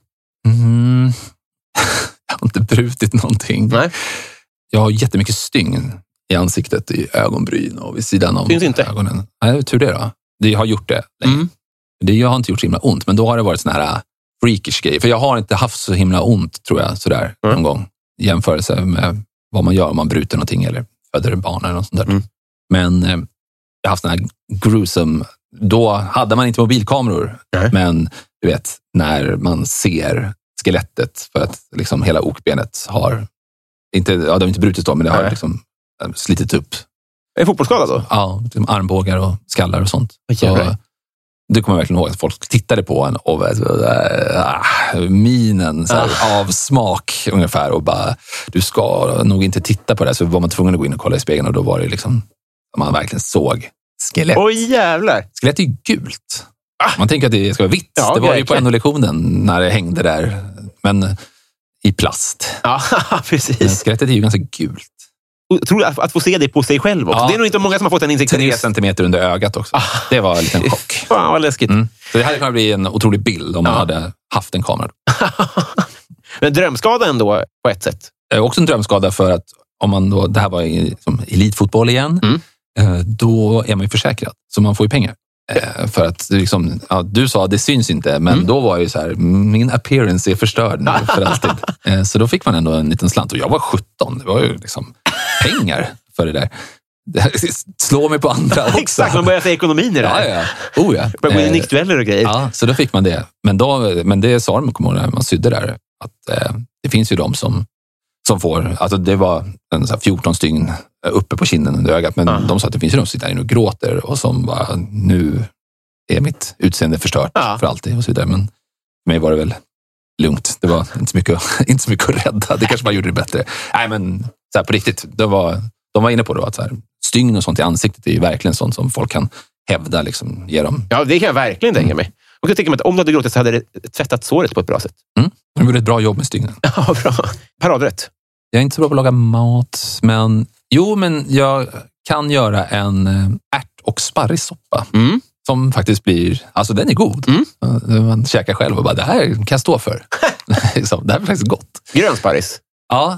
Jag har inte brutit någonting. Nej. Jag har jättemycket stygn i ansiktet, i ögonbryn och vid sidan av ögonen. Nej, tur det då. Det har gjort det länge. Det har inte gjort så himla ont, men då har det varit sån här freakish grej. För jag har inte haft så himla ont, tror jag, sådär någon gång. I jämförelse med vad man gör om man bryter någonting eller föder barn eller något sånt där. Men jag har haft den här gruesome... Då hade man inte mobilkameror, men du vet, när man ser skelettet för att liksom hela okbenet har det har inte brutits då, men det har liksom slitit upp. Är det fotbollsskada då? Ja, liksom armbågar och skallar och sånt. Så, det kommer jag verkligen ihåg att folk tittade på en och minen så här, av smak ungefär och bara, du ska nog inte titta på det. Så var man tvungen att gå in och kolla i spegeln och då var det liksom, man verkligen såg skelett. Oj jävlar! Skelett är ju gult. Man tänker att det ska vara vitt. Ja, det var ju på NO-lektionen när det hängde där. Men i plast. Ja, precis. Men skelettet är ju ganska gult. Tror du att få se det på sig själv också? Ja. Det är nog inte många som har fått en insikt. 3 centimeter under ögat också. Det var en liten chock. Fan vad läskigt. Så det hade kunnat bli en otrolig bild om man hade haft en kamera. Men drömskada ändå på ett sätt. Också en drömskada för att om man då, det här var som elitfotboll igen, då är man ju försäkrad. Så man får ju pengar. För att liksom, du sa det syns inte, men då var det så här, min appearance är förstörd nu för alltid. Så då fick man ändå en liten slant och jag var 17, det var ju liksom pengar för det där. Det slår mig på andra också. Exakt, man börjar se ekonomin i det här. Ja. Börjar gå in i nickdueller och grejer. Ja, så då fick man det. Men det sa de, kommer när man sydde där, att det finns ju de som får, alltså det var en så här 14 stygn uppe på kinden under ögat, men de sa att det finns ju de som sitter där och gråter och som bara, nu är mitt utseende förstört för alltid och så vidare. Men för mig var det väl lugnt. Det var inte så mycket att rädda. Det kanske bara gjorde det bättre. Nej, men så här, på riktigt, de var inne på då att så här, stygn och sånt i ansiktet är ju verkligen sånt som folk kan hävda, liksom, ge dem. Ja, det kan jag verkligen tänka mig. Och jag tänker mig att om du hade gråtit så hade det tvättat såret på ett bra sätt. De gjorde ett bra jobb med stygnen. Ja, bra. Paradrätt. Jag är inte så bra på att laga mat, men jag kan göra en ärt- och sparrissoppa. Som faktiskt blir, alltså den är god. Man käkar själv och bara, det här kan jag stå för. Det här är faktiskt gott. Grön sparris? Ja,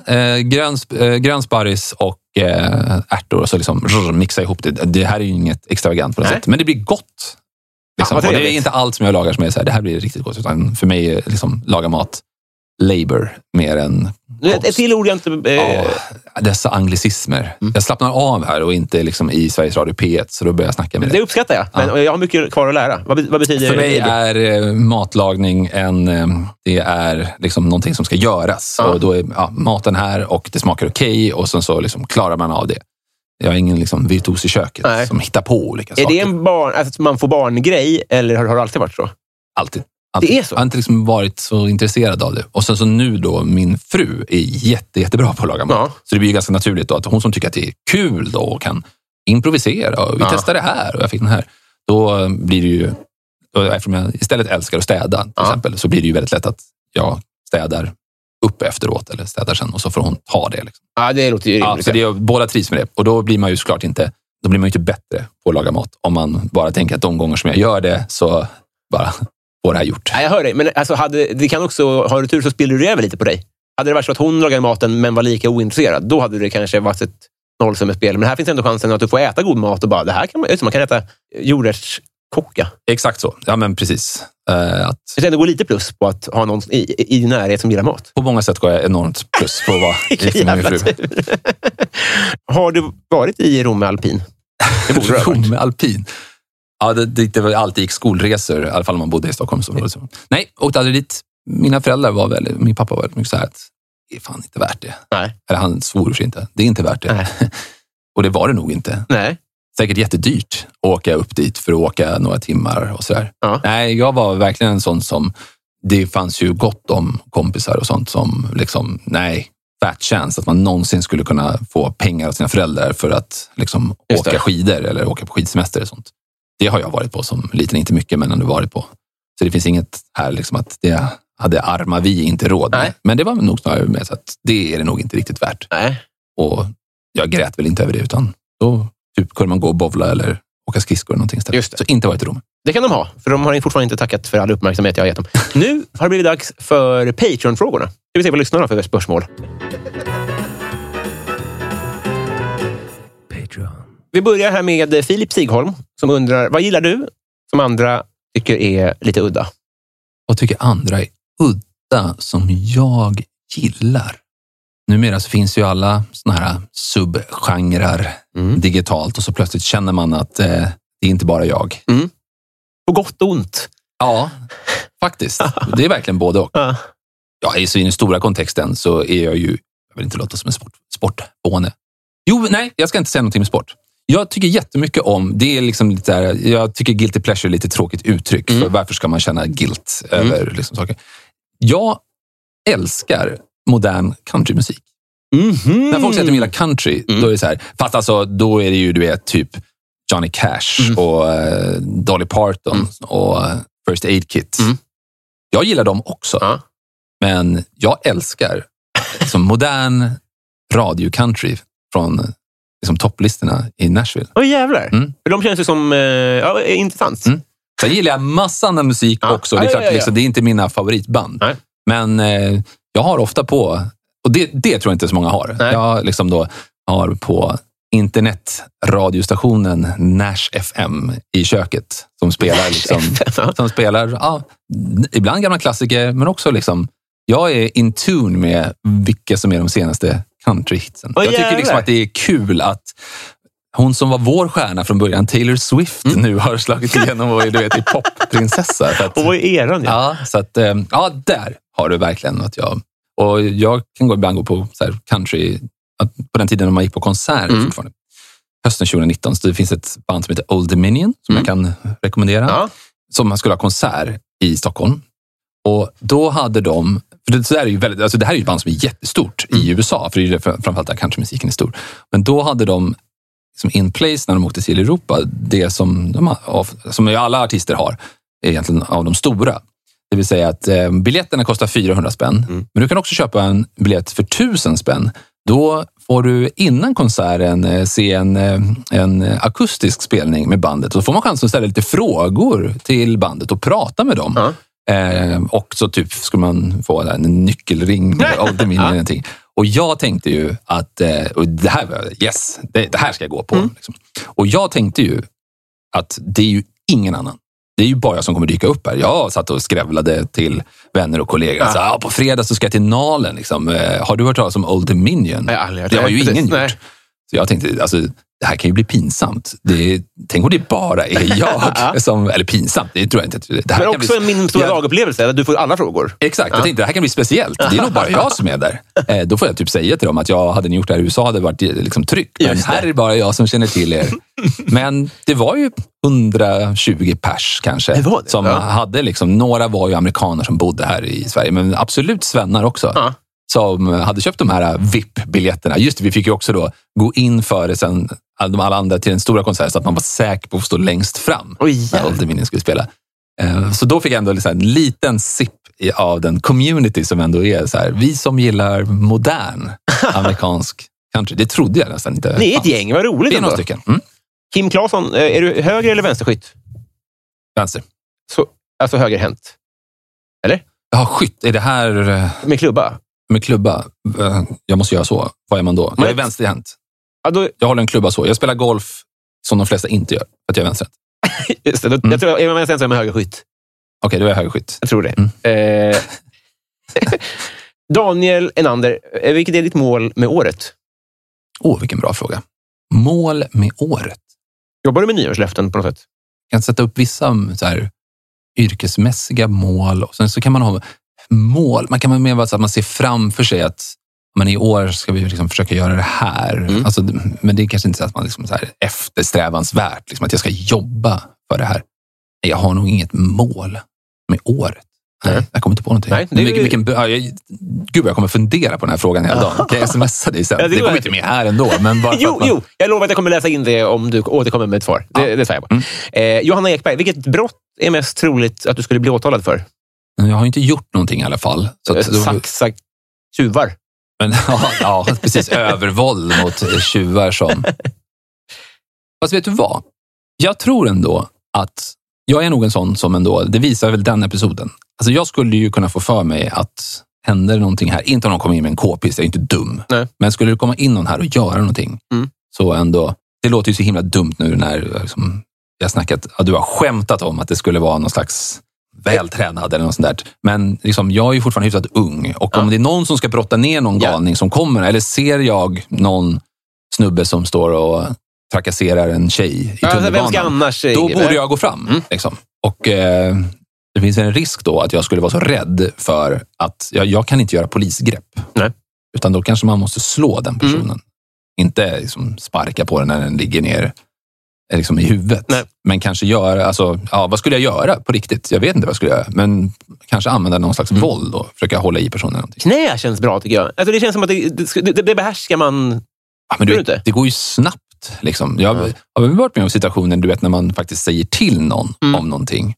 grön sparris och ärtor och så liksom mixa ihop det. Det här är ju inget extravagant på något sätt, men det blir gott. Liksom. Och det är inte allt som jag lagar som är så här, det här blir riktigt gott. Utan för mig är liksom laga mat labor mer än ett till ord jag inte... Dessa anglicismer. Jag slappnar av här och inte liksom i Sveriges Radio P1, så då börjar jag snacka med det. Det uppskattar jag, men jag har mycket kvar att lära. Vad betyder det? För mig är matlagning det är liksom någonting som ska göras. Och då är maten här och det smakar okej, och sen så liksom klarar man av det. Jag är ingen liksom virtuos i köket som hittar på olika saker. Är det att man får barngrej, eller har det alltid varit så? Alltid. Det är så? Jag har inte liksom varit så intresserad av det. Och sen så nu då, min fru är jättebra på att laga mat. Så det blir ju ganska naturligt då att hon som tycker att det är kul då och kan improvisera och vi testar det här och jag fick den här. Då blir det ju, eftersom jag istället älskar att städa till exempel, så blir det ju väldigt lätt att jag städar upp efteråt eller städar sen och så får hon ta det. Liksom. Ja, det låter ju rimligt. Så det är, båda trivs med det. Och då blir man ju såklart inte bättre på att laga mat om man bara tänker att de gånger som jag gör det så bara... det här gjort. Ja, jag hör dig, men alltså det kan också, har du tur så spiller du över lite på dig. Hade det varit så att hon lagade maten men var lika ointresserad, då hade det kanske varit ett nollsummespel. Men här finns ändå chansen att du får äta god mat och bara, det här kan man kan äta jordärtskocka. Exakt så, ja men precis. Det ska ändå gå lite plus på att ha någon i närhet som gillar mat. På många sätt går jag enormt plus på att vara gift med min fru. Har du varit i Rom med alpin? Rom med alpin? Ja, det var alltid gick skolresor, i alla fall om man bodde i Stockholm. Nej, åkte aldrig dit. Mina föräldrar min pappa var väldigt mycket så här att det är fan inte värt det. Nej. Eller han svor sig inte. Det är inte värt det. Nej. Och det var det nog inte. Nej. Säkert jättedyrt att åka upp dit för att åka några timmar och sådär. Ja. Nej, jag var verkligen en sån som, det fanns ju gott om kompisar och sånt som liksom, fat chance att man någonsin skulle kunna få pengar av sina föräldrar för att liksom åka skidor eller åka på skidsemester och sånt. Det har jag varit på som liten, inte mycket, men ändå varit på. Så det finns inget här liksom att det hade arma vi inte råd med. Nej. Men det var nog snarare med så att det är det nog inte riktigt värt. Nej. Och jag grät väl inte över det, utan då typ kunde man gå och bovla eller åka skridskor eller någonting istället. Så inte varit i Rom. Det kan de ha, för de har fortfarande inte tackat för all uppmärksamhet jag har gett dem. Nu har det blivit dags för Patreon-frågorna. Ska vi se vad lyssnarna har för spörsmål. Patreon. Vi börjar här med Filip Sigholm som undrar, vad gillar du som andra tycker är lite udda? Vad tycker andra är udda som jag gillar? Numera så finns ju alla såna här subgenrer digitalt och så plötsligt känner man att det är inte bara jag. På gott och ont. Ja, faktiskt. Det är verkligen både och. Ja, så i den stora kontexten så är jag ju, jag vill inte låta som en sportbåne. Jo, nej, jag ska inte säga någonting med sport. Jag tycker jättemycket om, det är liksom lite där, jag tycker guilty pleasure är lite tråkigt uttryck. För varför ska man känna guilt över liksom saker? Jag älskar modern countrymusik. När folk säger att de gillar country, då är det så här, fast alltså, då är det ju, du vet, typ Johnny Cash och Dolly Parton och First Aid Kit. Jag gillar dem också. Men jag älskar som modern radio-country från liksom topplistorna i Nashville. Åh jävlar. För de känns ju som intressant. Sen gillar jag massa annan musik också. Det är klart, liksom, det är inte mina favoritband. Nej. Men jag har ofta på, och det tror jag inte så många har. Jag liksom då har på internetradiostationen Nash FM i köket som spelar liksom, som spelar ibland gamla klassiker, men också liksom, jag är in tune med vilka som är de senaste countryhitsen. Jag tycker liksom att det är kul att hon som var vår stjärna från början, Taylor Swift, nu har slagit igenom och är popprinsessa. Och vad är eran? Ja, så att där har du verkligen att jag kan ibland gå på så här country, på den tiden när man gick på konserter fortfarande. Hösten 2019, så det finns ett band som heter Old Dominion som jag kan rekommendera, som man skulle ha konsert i Stockholm. Och då hade de, för det här är ju väldigt, alltså det här är ju ett band som är jättestort i USA, för det är ju framförallt där countrymusiken är stor. Men då hade de som in place när de åkte till Europa, det som alla artister har, är egentligen av de stora. Det vill säga att biljetterna kostar 400 spänn. Men du kan också köpa en biljett för 1000 spänn. Då får du innan konserten se en akustisk spelning med bandet. Och då får man chansen att ställa lite frågor till bandet och prata med dem. Och så typ skulle man få en nyckelring av det minne eller någonting. Och jag tänkte ju att och det här ska jag gå på. Liksom. Och jag tänkte ju att det är ju ingen annan. Det är ju bara jag som kommer dyka upp här. Jag satt och skrävlade till vänner och kollegor. Så, på fredag så ska jag till Nalen. Liksom. Har du hört talas om Old Dominion? Det har ju ingen gjort. Så jag tänkte, alltså, det här kan ju bli pinsamt. Tänk om det bara är jag som... Eller pinsamt, det tror jag inte. Det här men också kan bli, min stora dagupplevelse, du får alla frågor. Exakt, jag tänkte det här kan bli speciellt. Det är nog bara jag som är där. Då får jag typ säga till dem att hade ni gjort det här i USA hade det varit liksom tryck. Men här är det bara jag som känner till er. Men det var ju 120 pers kanske. Som hade liksom, några var ju amerikaner som bodde här i Sverige. Men absolut svennar också. Som hade köpt de här VIP-biljetterna. Just det, vi fick ju också då gå in före sen alla andra till den stora konserten så att man var säker på att stå längst fram när Old Dominion skulle spela. Så då fick jag ändå liksom en liten sipp av den community som ändå är så här, vi som gillar modern amerikansk country. Det trodde jag nästan inte. Det är ett gäng, vad roligt. Det är några stycken. Kim Claesson, är du höger eller vänsterskytt? Vänster. Så, alltså högerhänt? Eller? Ja, skytt. Är det här... Med klubba? Med klubba. Jag måste göra så. Vad är man då? Jag är vänsterhänt. Jag håller en klubba så. Jag spelar golf som de flesta inte gör. För att jag är vänsterhänt. Just det. Jag tror, är man vänsterhänt så är man högerskytt. Okej, då är jag högerskytt. Jag tror det. Daniel Enander, vilket är ditt mål med året? Vilken bra fråga. Mål med året? Jobbar du med nyårslöften på något sätt? Jag kan sätta upp vissa så här, yrkesmässiga mål. Och sen så kan man ha mål. Man kan med så att man ser framför sig att men i år ska vi liksom försöka göra det här. Alltså, men det är kanske inte så att man liksom så här eftersträvansvärt. Liksom att jag ska jobba för det här. Jag har nog inget mål med året. Nej, jag kommer inte på någonting. Nej, Gud, jag kommer fundera på den här frågan hela dagen. Kan jag smsa dig sen? Det kommer inte med här ändå. Men bara jo, jag lovar att jag kommer läsa in det om du återkommer med ett svar. Det säger jag bara. Johanna Ekberg, vilket brott är mest troligt att du skulle bli åtalad för? Jag har inte gjort någonting i alla fall. Saxa tjuvar. Men, ja, precis. Övervåld mot tjuvar som... Fast vet du vad? Jag tror ändå att jag är nog en sån som ändå... Det visar väl den episoden. Alltså jag skulle ju kunna få för mig att händer någonting här. Inte om någon kommer in med en k-pist, jag är inte dum. Nej. Men skulle det komma in någon här och göra någonting så ändå... Det låter ju så himla dumt nu när liksom, jag snackat... Ja, du har skämtat om att det skulle vara någon slags... vältränad eller något sånt där. Men liksom, jag är ju fortfarande hyfsat ung. Och om det är någon som ska brotta ner någon galning som kommer, eller ser jag någon snubbe som står och trakasserar en tjej i tunnelbanan, vem ska annars, då borde jag gå fram. Liksom. Och det finns en risk då att jag skulle vara så rädd för att jag kan inte göra polisgrepp. Nej. Utan då kanske man måste slå den personen. Inte liksom, sparka på den när den ligger ner liksom i huvudet. Nej. Men kanske göra, alltså, vad skulle jag göra på riktigt? Jag vet inte vad jag skulle göra. Men kanske använda någon slags våld och försöka hålla i personen någonting. Knä känns bra tycker jag. Alltså, det känns som att det behärskar man. Ja, men det går ju snabbt. Liksom. Jag har varit med om situationer, du vet, när man faktiskt säger till någon om någonting.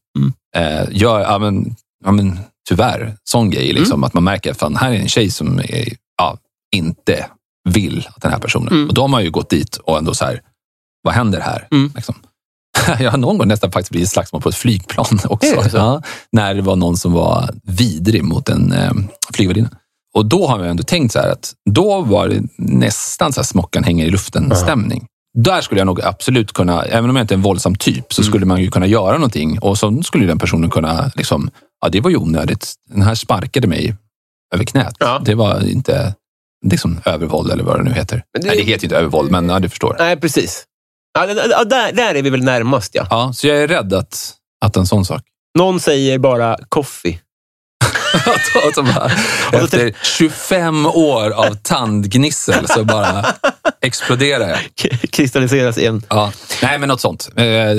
Tyvärr, sån grej. Liksom, att man märker att här är en tjej som inte vill att den här personen. Och då har man ju gått dit och ändå så här, vad händer här? Liksom. Jag har någon gång nästan faktiskt blivit slagsmål på ett flygplan också. När det var någon som var vidrig mot en flygvärdinna. Och då har jag ändå tänkt så här att då var det nästan så här smockan hänger i luften stämning. Där skulle jag nog absolut kunna, även om jag inte är en våldsam typ, så skulle man ju kunna göra någonting. Och så skulle den personen kunna liksom, ja det var ju onödigt. Den här sparkade mig över knät. Ja. Det var inte liksom övervåld eller vad det nu heter. Nej, det heter inte övervåld, men ja, du förstår. Nej, precis. Ja, där är vi väl närmast, ja. Ja, så jag är rädd att en sån sak. Någon säger bara coffee. Efter 25 år av tandgnissel så bara exploderar jag. Kristalliseras igen. Ja. Nej, men något sånt.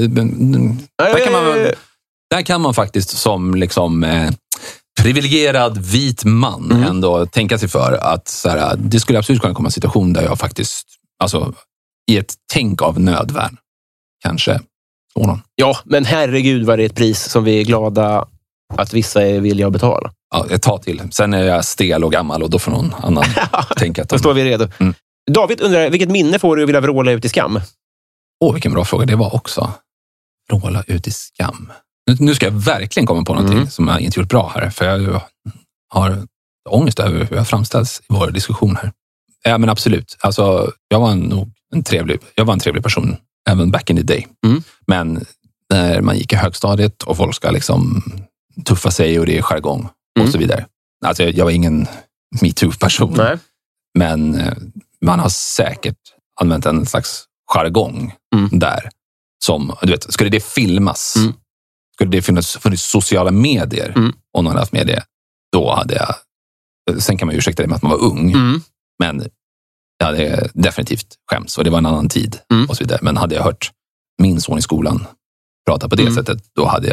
Där kan man faktiskt som liksom privilegierad vit man ändå tänka sig för att så här, det skulle absolut kunna komma en situation där jag faktiskt, alltså i ett tänk av nödvärn kanske slår någon. Ja, men herregud vad det är ett pris som vi är glada att vissa är villiga att betala. Ja, ett tag till. Sen är jag stel och gammal och då får någon annan tänka att då står vi redo. David undrar, vilket minne får du att vilja vråla ut i skam? Vilken bra fråga det var också. Vråla ut i skam. Nu ska jag verkligen komma på någonting som jag inte gjort bra här. För jag har ångest över hur jag framställs i vår diskussion här. Ja, men absolut. Alltså, jag var en trevlig person även back in the day. Men när man gick i högstadiet och folk ska liksom tuffa sig och det är jargong och så vidare. Alltså, jag var ingen MeToo-person. Nej. Men man har säkert använt en slags jargong där. Som, du vet, skulle det filmas, skulle det funnits sociala medier och någon haft med det, då hade jag, sen kan man ju ursäkta det med att man var ung, men jag hade definitivt skäms och det var en annan tid och så vidare. Men hade jag hört min son i skolan prata på det sättet, då hade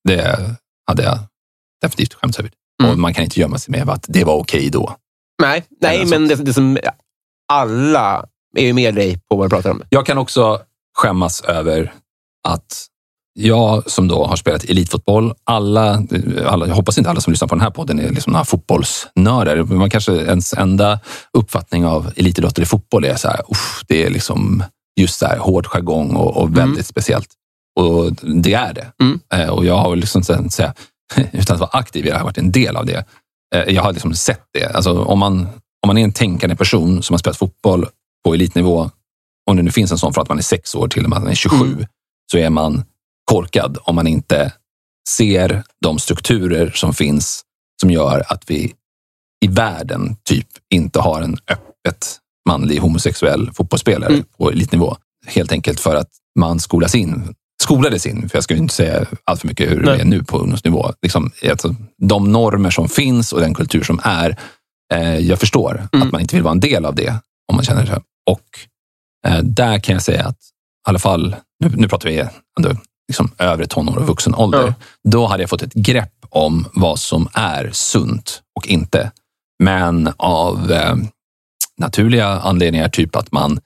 jag definitivt skämts över det. Och man kan inte gömma sig med att det var okej då. Nej, men det som alla är ju med dig på vad du pratar om. Jag kan också skämmas över att jag som då har spelat elitfotboll, alla, jag hoppas inte alla som lyssnar på den här podden är liksom några fotbollsnördar. Man kanske ens enda uppfattning av elitidrottare i fotboll är så här, det är liksom just så här hård jargong och väldigt speciellt. Och det är det. Och jag har liksom säga, utan att vara aktiv, jag har varit en del av det. Jag har liksom sett det. Alltså om man är en tänkande person som har spelat fotboll på elitnivå, om det nu finns en sån för att man är 6 år till och med att man är 27, så är man korkad om man inte ser de strukturer som finns som gör att vi i världen typ inte har en öppet manlig homosexuell fotbollsspelare på elitnivå. Helt enkelt för att man skolades in, för jag ska ju inte säga allt för mycket hur det är nu på ungdomsnivå. Liksom, alltså, de normer som finns och den kultur som är, jag förstår att man inte vill vara en del av det om man känner det. Och där kan jag säga att i alla fall, nu pratar vi ändå liksom övre tonår och vuxen ålder. Då hade jag fått ett grepp om vad som är sunt och inte. Men av naturliga anledningar, typ att man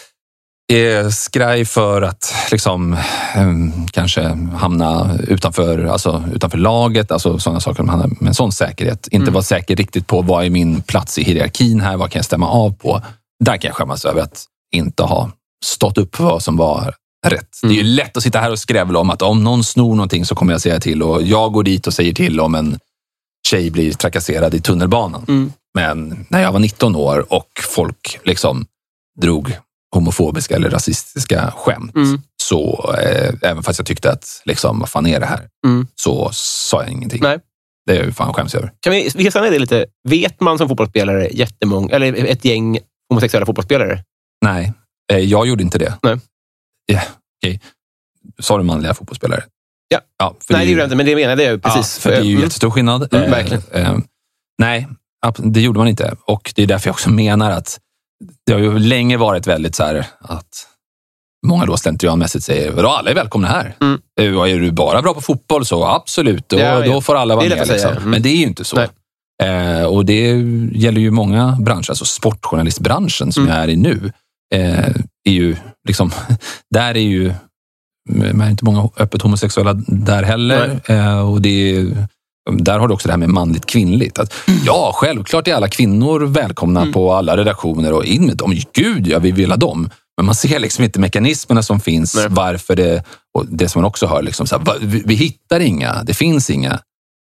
är skraj för att liksom, kanske hamna utanför laget, alltså sådana saker, med en sån säkerhet. Inte vara säker riktigt på vad är min plats i hierarkin här, vad kan jag stämma av på. Där kan jag skämmas över att inte ha stått upp för vad som var rätt. Det är ju lätt att sitta här och skrävla om att om någon snor någonting så kommer jag säga till, och jag går dit och säger till om en tjej blir trakasserad i tunnelbanan. Men när jag var 19 år och folk liksom drog homofobiska eller rasistiska skämt, så även fast jag tyckte att liksom, vad fan är det här? Så sa jag ingenting. Nej. Det är ju fan skäms över. Kan vi stanna det lite? Vet man som fotbollsspelare eller ett gäng homosexuella fotbollsspelare? Nej, jag gjorde inte det. Nej. Yeah, okay. Sa du manliga fotbollsspelare? Ja, nej det gjorde jag inte, men det menade jag precis. Ja, för det är ju jättestor skillnad. Verkligen. Nej, det gjorde man inte. Och det är därför jag också menar att det har ju länge varit väldigt så här att många då slentrianmässigt säger, vadå, alla är välkomna här. Är du bara bra på fotboll så absolut, då får alla vara med. Liksom. Men det är ju inte så. Och det gäller ju många branscher, alltså sportjournalistbranschen som jag är i nu, är ju liksom, där är ju man är inte många öppet homosexuella där heller. Och där har du också det här med manligt kvinnligt. Att, ja, självklart är alla kvinnor välkomna på alla redaktioner och in med dem. Gud, ja, vi vill ha dem. Men man ser liksom inte mekanismerna som finns. Varför det, och det som man också hör liksom så här, vi hittar inga, det finns inga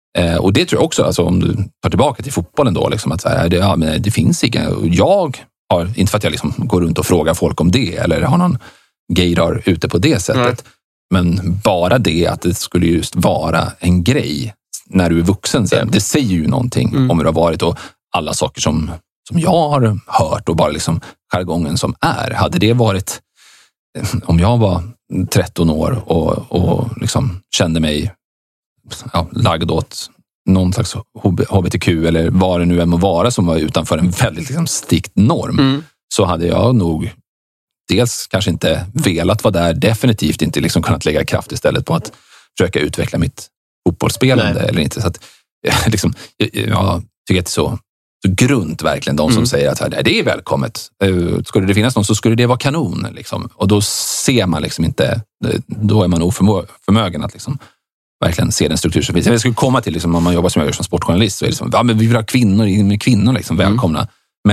Och det tror jag också, alltså, om du tar tillbaka till fotbollen då, liksom, att så här, det finns inga. Jag har, inte för att jag liksom går runt och frågar folk om det eller har någon gaydar ute på det sättet. Men bara det att det skulle just vara en grej när du är vuxen sen, det säger ju någonting om hur det har varit och alla saker som jag har hört och bara liksom jargongen som är. Hade det varit, om jag var 13 år och liksom kände mig lagd åt någon slags HBTQ eller vad det nu än må vara som var utanför en väldigt liksom strikt norm, så hade jag nog dels kanske inte velat vara där, definitivt inte liksom kunnat lägga kraft istället på att försöka utveckla mitt fotbollsspelande eller inte. Så att, liksom, jag tycker att det är så grunt verkligen, de som säger att det är välkommet. Skulle det finnas någon så skulle det vara kanon. Liksom. Och då ser man liksom inte, då är man oförmögen att liksom verkligen se den struktur som finns. Jag skulle komma till, liksom, om man jobbar som jag gör som sportjournalist, så är det liksom, men vi vill ha kvinnor liksom, välkomna.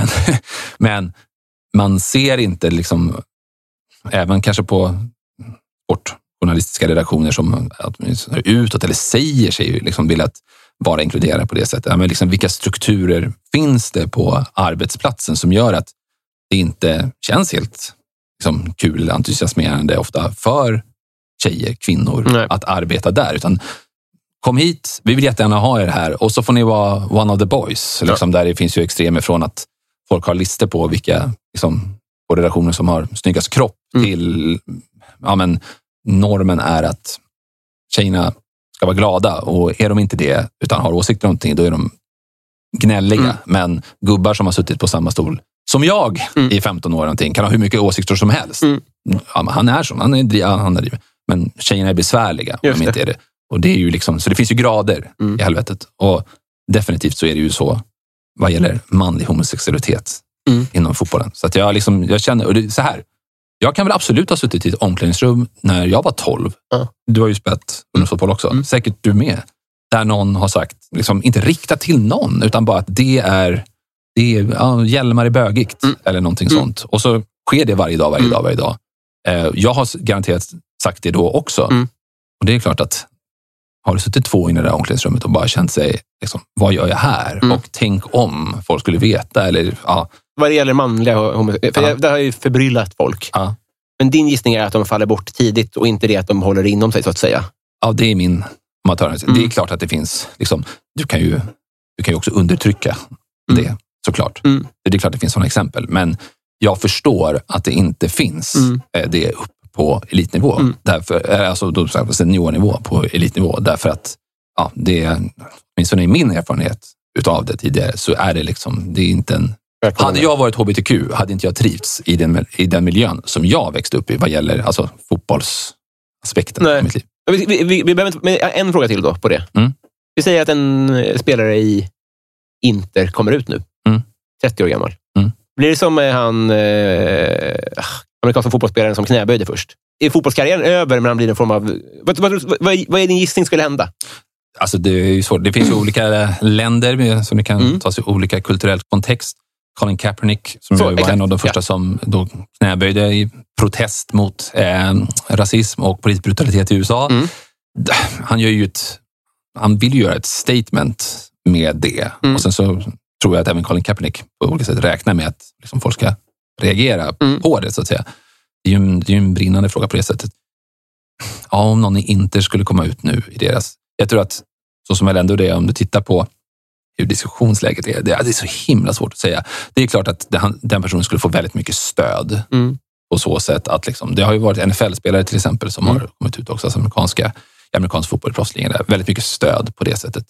Men man ser inte liksom, även kanske på sportjournalistiska redaktioner som utåt eller säger sig liksom vill att vara inkluderade på det sättet. Men liksom, vilka strukturer finns det på arbetsplatsen som gör att det inte känns helt liksom, kul eller entusiasmerande ofta för tjejer, kvinnor att arbeta där, utan kom hit, vi vill jättegärna ha er här och så får ni vara one of the boys. Liksom, där det finns ju extremer från att folk har listor på vilka liksom, på redaktioner som har snyggast kropp till men normen är att tjejerna ska vara glada, och är de inte det utan har åsikter om någonting, då är de gnälliga. Men gubbar som har suttit på samma stol som jag i 15 år någonting, kan ha hur mycket åsikter som helst. Han är sån, han är men tjejerna är besvärliga om de inte är det. Och det är ju liksom, så det finns ju grader i helvetet. Och definitivt så är det ju så vad gäller manlig homosexualitet inom fotbollen. Så att jag känner, och det är så här, jag kan väl absolut ha suttit i ett omklädningsrum när jag var 12. Du har ju spelat ungdomsfotboll också. Säkert du med. Där någon har sagt, liksom, inte riktat till någon, utan bara att det är hjälmar är bögigt eller någonting sånt. Och så sker det varje dag. Jag har garanterat sagt det då också. Och det är klart att har du suttit 2 in i det där omklädningsrummet och bara känt sig, liksom, vad gör jag här? Och tänk om folk skulle veta. Eller, vad det gäller manliga för det har ju förbryllat folk. Men din gissning är att de faller bort tidigt och inte det att de håller inom sig, så att säga. Ja, det är min amatör. Det är klart att det finns, liksom, du kan ju också undertrycka det, såklart. Det är klart att det finns sådana exempel. Men jag förstår att det inte finns det upp på elitnivå. Därför, alltså då, seniornivå på elitnivå. Därför att det, åtminstone i min erfarenhet utav det tidigare, så är det liksom, det är inte en... Hade jag varit HBTQ hade inte jag trivts i den miljön som jag växte upp i vad gäller alltså fotbollsaspekten i mitt liv. Vi behöver inte, men en fråga till då på det. Vi säger att en spelare i Inter kommer ut nu. 30 år gammal. Blir det som han amerikanska fotbollsspelaren som knäböjde först? Är fotbollskarriären över, men han blir en form av... Vad är din gissning skulle hända? Alltså det är ju svårt. Det finns ju olika länder som det kan ta sig olika kulturell kontext. Colin Kaepernick som var en av de första som då knäböjde i protest mot rasism och politisk brutalitet i USA. Han vill ju göra ett statement med det. Och sen så tror jag att även Colin Kaepernick på olika sätt räknar med att liksom folk ska reagera på det, så att säga. Det är ju en brinnande fråga på det sättet. Ja, om någon inte skulle komma ut nu i deras... Jag tror att så som väl ändå det, om du tittar på hur diskussionsläget är, det är så himla svårt att säga. Det är klart att den personen skulle få väldigt mycket stöd på så sätt att liksom, det har ju varit NFL-spelare till exempel som har kommit ut också, alltså amerikansk fotboll, proffsligan, väldigt mycket stöd på det sättet.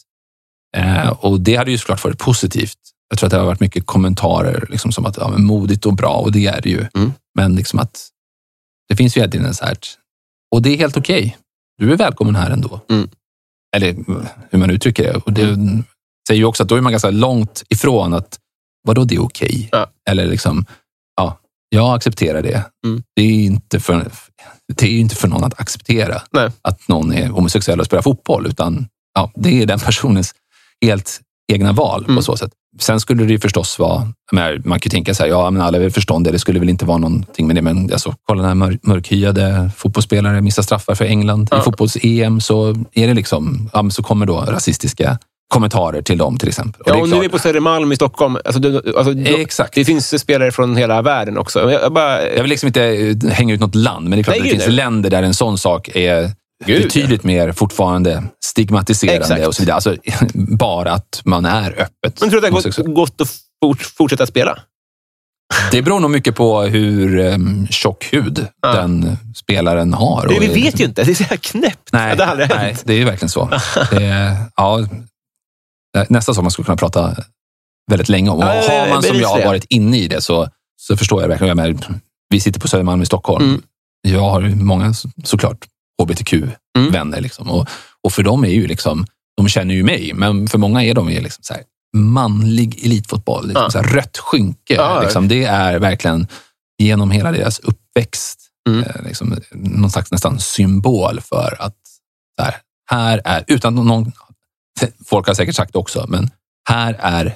Och det hade ju såklart varit positivt. Jag tror att det har varit mycket kommentarer liksom, som att men modigt och bra, och det är det ju. Men liksom att det finns ju egentligen så här, och det är helt okej. Du är välkommen här ändå. Eller hur man uttrycker det. Och det säger ju också att då är man ganska långt ifrån att vadå det är okej. Eller liksom, jag accepterar det. Det är ju inte för någon att acceptera att någon är homosexuell och spelar fotboll, utan det är den personens helt egna val på så sätt. Sen skulle det ju förstås vara, man kan ju tänka sig, men alla är väl förståndiga, det skulle väl inte vara någonting med det, men alltså, kolla när mörkhyade fotbollsspelare missar straffar för England i fotbolls-EM, så är det liksom, så kommer då rasistiska kommentarer till dem till exempel. Och och nu är vi på Södermalm i Stockholm. Exakt. Det finns spelare från hela världen också. Jag vill liksom inte hänga ut något land, men det är klart att det finns länder där en sån sak är betydligt mer fortfarande stigmatiserande och så vidare. Alltså bara att man är öppet. Men tror du att det har gått att fortsätta spela? Det beror nog mycket på hur tjock hud den spelaren har. Vi vet ju inte, det är så här knäppt. Nej, det är ju verkligen så. Nästa sak man skulle kunna prata väldigt länge om. Och har man som jag har varit inne i det så förstår jag verkligen. Vi sitter på Södermalm i Stockholm. Jag har många såklart HBTQ-vänner. Liksom. Och för dem är ju liksom, de känner ju mig, men för många är de ju liksom så här manlig elitfotboll. Liksom så här rött skynke. Liksom. Det är verkligen genom hela deras uppväxt liksom, någon slags nästan symbol för att här är, utan någon, folk har säkert sagt det också, men här är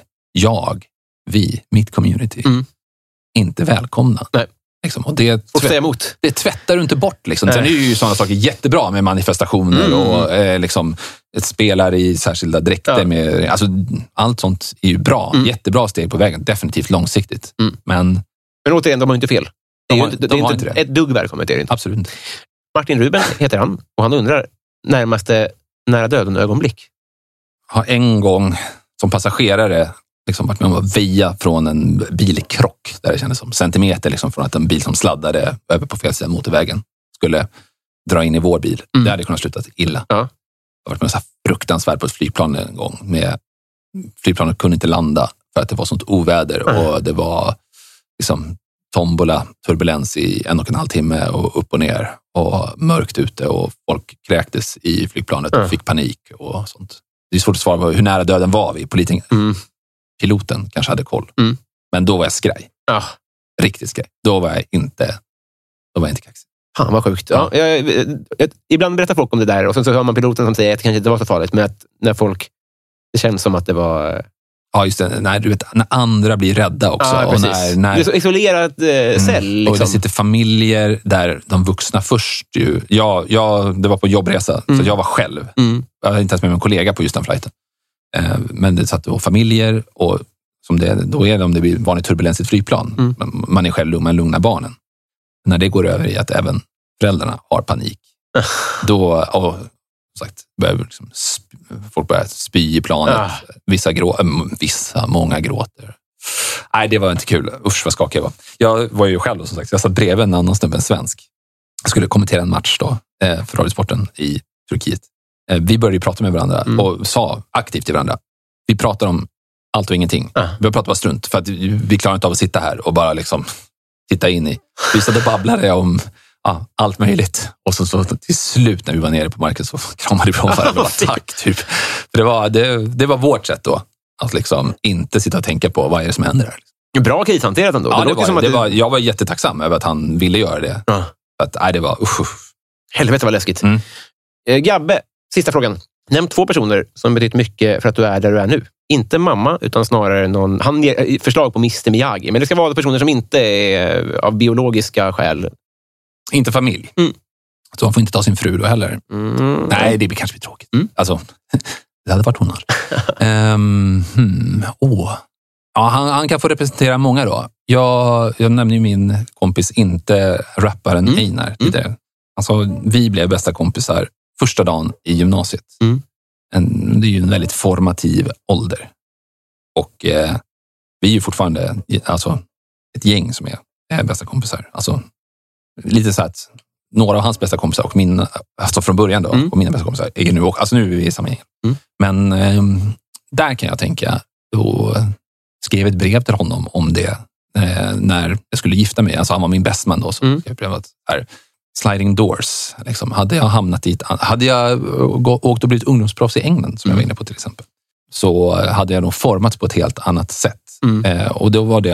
mitt community, inte välkomna. Nej. Liksom, och det tvättar du inte bort. Liksom. Sen är ju sådana saker jättebra med manifestationer och liksom, ett spelare i särskilda dräkter. Med, alltså, allt sånt är ju bra. Jättebra steg på vägen. Definitivt långsiktigt. Men återigen, de har inte fel. Det är inte ett dugg välkommet. Det är det inte. Absolut inte. Martin Ruben heter han och han undrar närmaste nära döden-ögonblick. Har en gång som passagerare liksom varit med om att veja från en bilkrock där det kändes som centimeter liksom, från att en bil som sladdade över på fel sida motorvägen skulle dra in i vår bil. Det hade kunnat sluta illa. Jag har varit med så här fruktansvärt på ett flygplan en gång. Flygplanet kunde inte landa för att det var sånt oväder och det var liksom tombola, turbulens i 1,5 timme och upp och ner och mörkt ute och folk kräktes i flygplanet och fick panik och sånt. Det är svårt att svara på hur nära döden var vi. Piloten kanske hade koll. Men då var jag skraj. Riktigt skraj. Då var jag inte kaxig. Fan vad sjukt. Ja. Ibland berättar folk om det där och sen så hör man piloten som säger att det kanske inte var så farligt, men att när folk, det känns som att det var... Ja, just det. När andra blir rädda också. Och när, det är så isolerat cell. Liksom. Och det sitter familjer där de vuxna först ju... Det var på jobbresa, så jag var själv. Jag hade inte ens med mig en kollega på just den flighten. Men det satt då familjer och då är det om det blir vanlig turbulens i ett flygplan. Man är själv lugn, man lugnar barnen. När det går över i att även föräldrarna har panik. Då, sagt, liksom folk börjar spy i planet. Många gråter. Nej, det var inte kul. Usch vad skakig jag var. Jag var ju själv som sagt. Jag satt bredvid en annan snubbe, en svensk. Jag skulle kommentera en match då för Radiosporten i Turkiet. Vi började ju prata med varandra och sa aktivt till varandra. Vi pratar om allt och ingenting. Vi pratar bara strunt för att vi klarar inte av att sitta här och bara liksom titta in i. Vi satt och babblade om allt möjligt. Och så till slut när vi var nere på marken så kramade vi på varandra. Tack, typ. För det var vårt sätt då. Att liksom inte sitta och tänka på vad är det som händer här. Bra krishanterat ändå. Jag var jättetacksam över att han ville göra det. Att, det var Helvete vad läskigt. Gabbe, sista frågan. Nämn 2 personer som betyder mycket för att du är där du är nu. Inte mamma, utan snarare någon... Han ger förslag på Mr. Miyagi. Men det ska vara personer som inte är av biologiska skäl. Inte familj. Så han får inte ta sin fru då heller. Nej, det kanske blir tråkigt. Alltså, det hade varit hon Ja, han kan få representera många då. Jag nämnde ju min kompis, inte rapparen Einar tidigare. Alltså, vi blev bästa kompisar första dagen i gymnasiet. Det är ju en väldigt formativ ålder. Och vi är ju fortfarande ett gäng som är bästa kompisar. Alltså, lite så att några av hans bästa kompisar och mina, alltså från början då, och mina bästa kompisar är nu också. Alltså nu är vi i samma gäng. Men där kan jag tänka, då skrev ett brev till honom om det när jag skulle gifta mig. Alltså han var min bästman då. Så jag skrev att sliding doors. Liksom. Hade jag åkt och blivit ungdomsproffs i England, som jag var inne på till exempel, så hade jag nog formats på ett helt annat sätt. Och då var det av en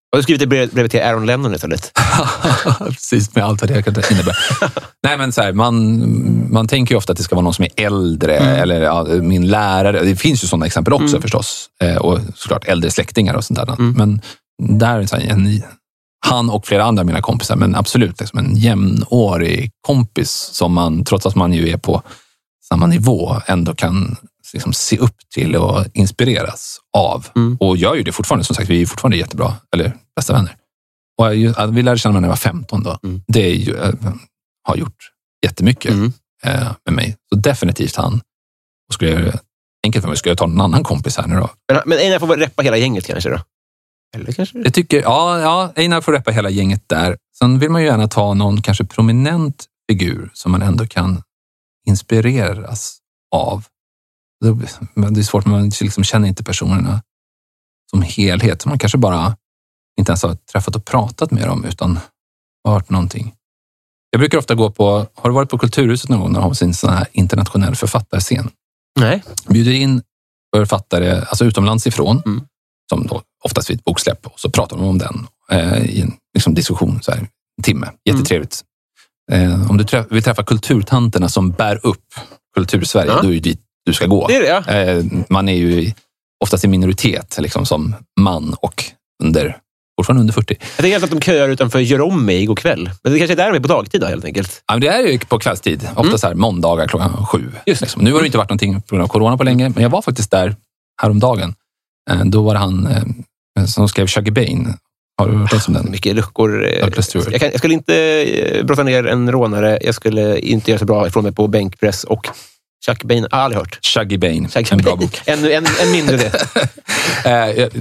Har du skrivit brevet till Aaron Lennon istället? Precis, med allt vad det kan innebära. Nej, men så här, man tänker ju ofta att det ska vara någon som är äldre eller min lärare. Det finns ju sådana exempel också förstås. Och såklart äldre släktingar och sånt där. Men där är så här, han och flera andra av mina kompisar, men absolut liksom en jämnårig kompis som man, trots att man ju är på samma nivå, ändå kan liksom se upp till och inspireras av. Och gör ju det fortfarande, som sagt, vi är fortfarande jättebra, eller bästa vänner. Och vi lärde känna när jag var 15 då. Det är ju, har gjort jättemycket med mig. Så definitivt han. Och skulle jag, enkelt för mig, skulle jag ta en annan kompis här nu då. Men Einar får reppa hela gänget kanske då? Eller kanske? Jag tycker, ja, Einar får reppa hela gänget där. Sen vill man ju gärna ta någon kanske prominent figur som man ändå kan inspireras av. Det är svårt, man liksom känner inte personerna som helhet. Man kanske bara inte ens har träffat och pratat med dem utan hört någonting. Jag brukar ofta gå på, har du varit på Kulturhuset någon gång när de har sin sån här internationell författarscen? Nej. Bjuder in författare, alltså utomlands ifrån, som då oftast vid ett boksläpp, och så pratar de om den i en liksom diskussion så här, en timme. Jättetrevligt. Om du vill träffa kulturtanterna som bär upp Kultursverige, då är det dit du ska gå. Det är det, man är ju oftast i minoritet liksom, som man och fortfarande under 40. Jag tänker att de köar utanför Gör om mig igår kväll. Men det kanske är där de är på dagtid då, helt enkelt. Ja, men det är ju på kvällstid. Ofta så här måndagar 7. Just liksom. Nu har det inte varit någonting på grund av corona på länge, men jag var faktiskt där häromdagen. Då var det han som skrev Shuggy Bain. Har du hört om den? Mycket luckor. Jag skulle inte brotta ner en rånare. Jag skulle inte göra så bra ifrån mig på bänkpress och Shuggy Bain. Jag har aldrig hört. Shuggy Bain, en bra bok. En mindre det.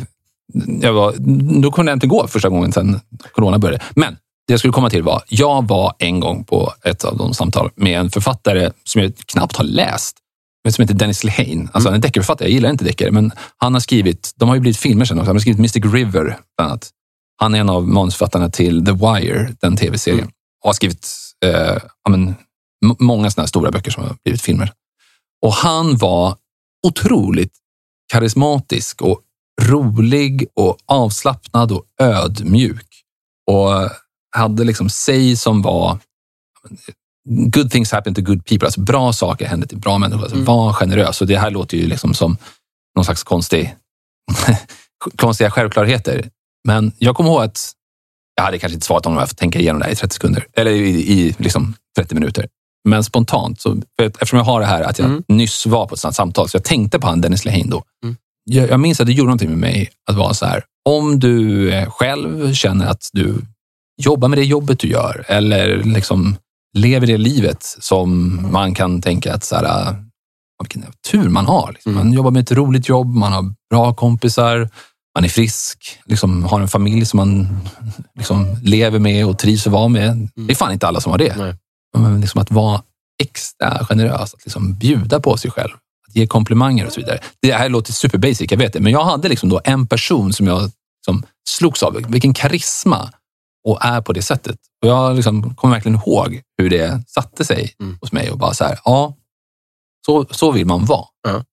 Då kunde jag inte gå första gången sedan corona började. Men det jag skulle komma till var, jag var en gång på ett av de samtal med en författare som jag knappt har läst, som heter Dennis Lehane. Alltså en deckarförfattare, jag gillar inte deckare, men han har skrivit, de har ju blivit filmer sen också, han har skrivit Mystic River bland annat. Han är en av manusförfattarna till The Wire, den tv-serien. Och har skrivit många sådana här stora böcker som har blivit filmer. Och han var otroligt karismatisk och rolig och avslappnad och ödmjuk. Och hade liksom sig som var good things happen to good people. Alltså bra saker händer till bra människor. Alltså var generös. Och det här låter ju liksom som någon slags konstiga självklarheter. Men jag kommer ihåg att jag hade kanske inte svarat om jag får tänka igenom det här i 30 sekunder. Eller i liksom 30 minuter. Men spontant, så, eftersom jag har det här att jag nyss var på ett sådant samtal, så jag tänkte på han Dennis Lehane då. Jag minns att det gjorde någonting med mig att vara så här, om du själv känner att du jobbar med det jobbet du gör eller liksom lever det livet som man kan tänka att så här, vilken tur man har. Liksom. Man jobbar med ett roligt jobb, man har bra kompisar, man är frisk, liksom har en familj som man liksom lever med och trivs att vara med. Det är fan inte alla som har det. Nej. Men liksom att vara extra generös, att liksom bjuda på sig själv, att ge komplimanger och så vidare. Det här låter super basic, jag vet det. Men jag hade liksom då en person som jag liksom slogs av. Vilken karisma och är på det sättet. Och jag liksom kommer verkligen ihåg hur det satte sig hos mig och bara så här, ja, så vill man vara.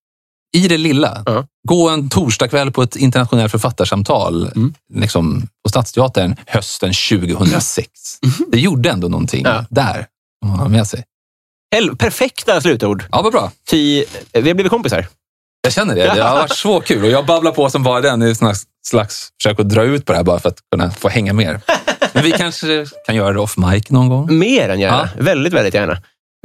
I det lilla. Gå en torsdagkväll på ett internationellt författarsamtal liksom på Stadsteatern hösten 2006. Det gjorde ändå någonting där som man har med sig. Perfekta slutord. Ja, vad bra. Vi har blivit kompisar. Jag känner det. Det har varit så kul. Och jag babblar på som bara den i slags försök att dra ut på det här bara för att kunna få hänga mer. Men vi kanske kan göra det off mic någon gång. Mer än gärna. Ja. Väldigt, väldigt gärna.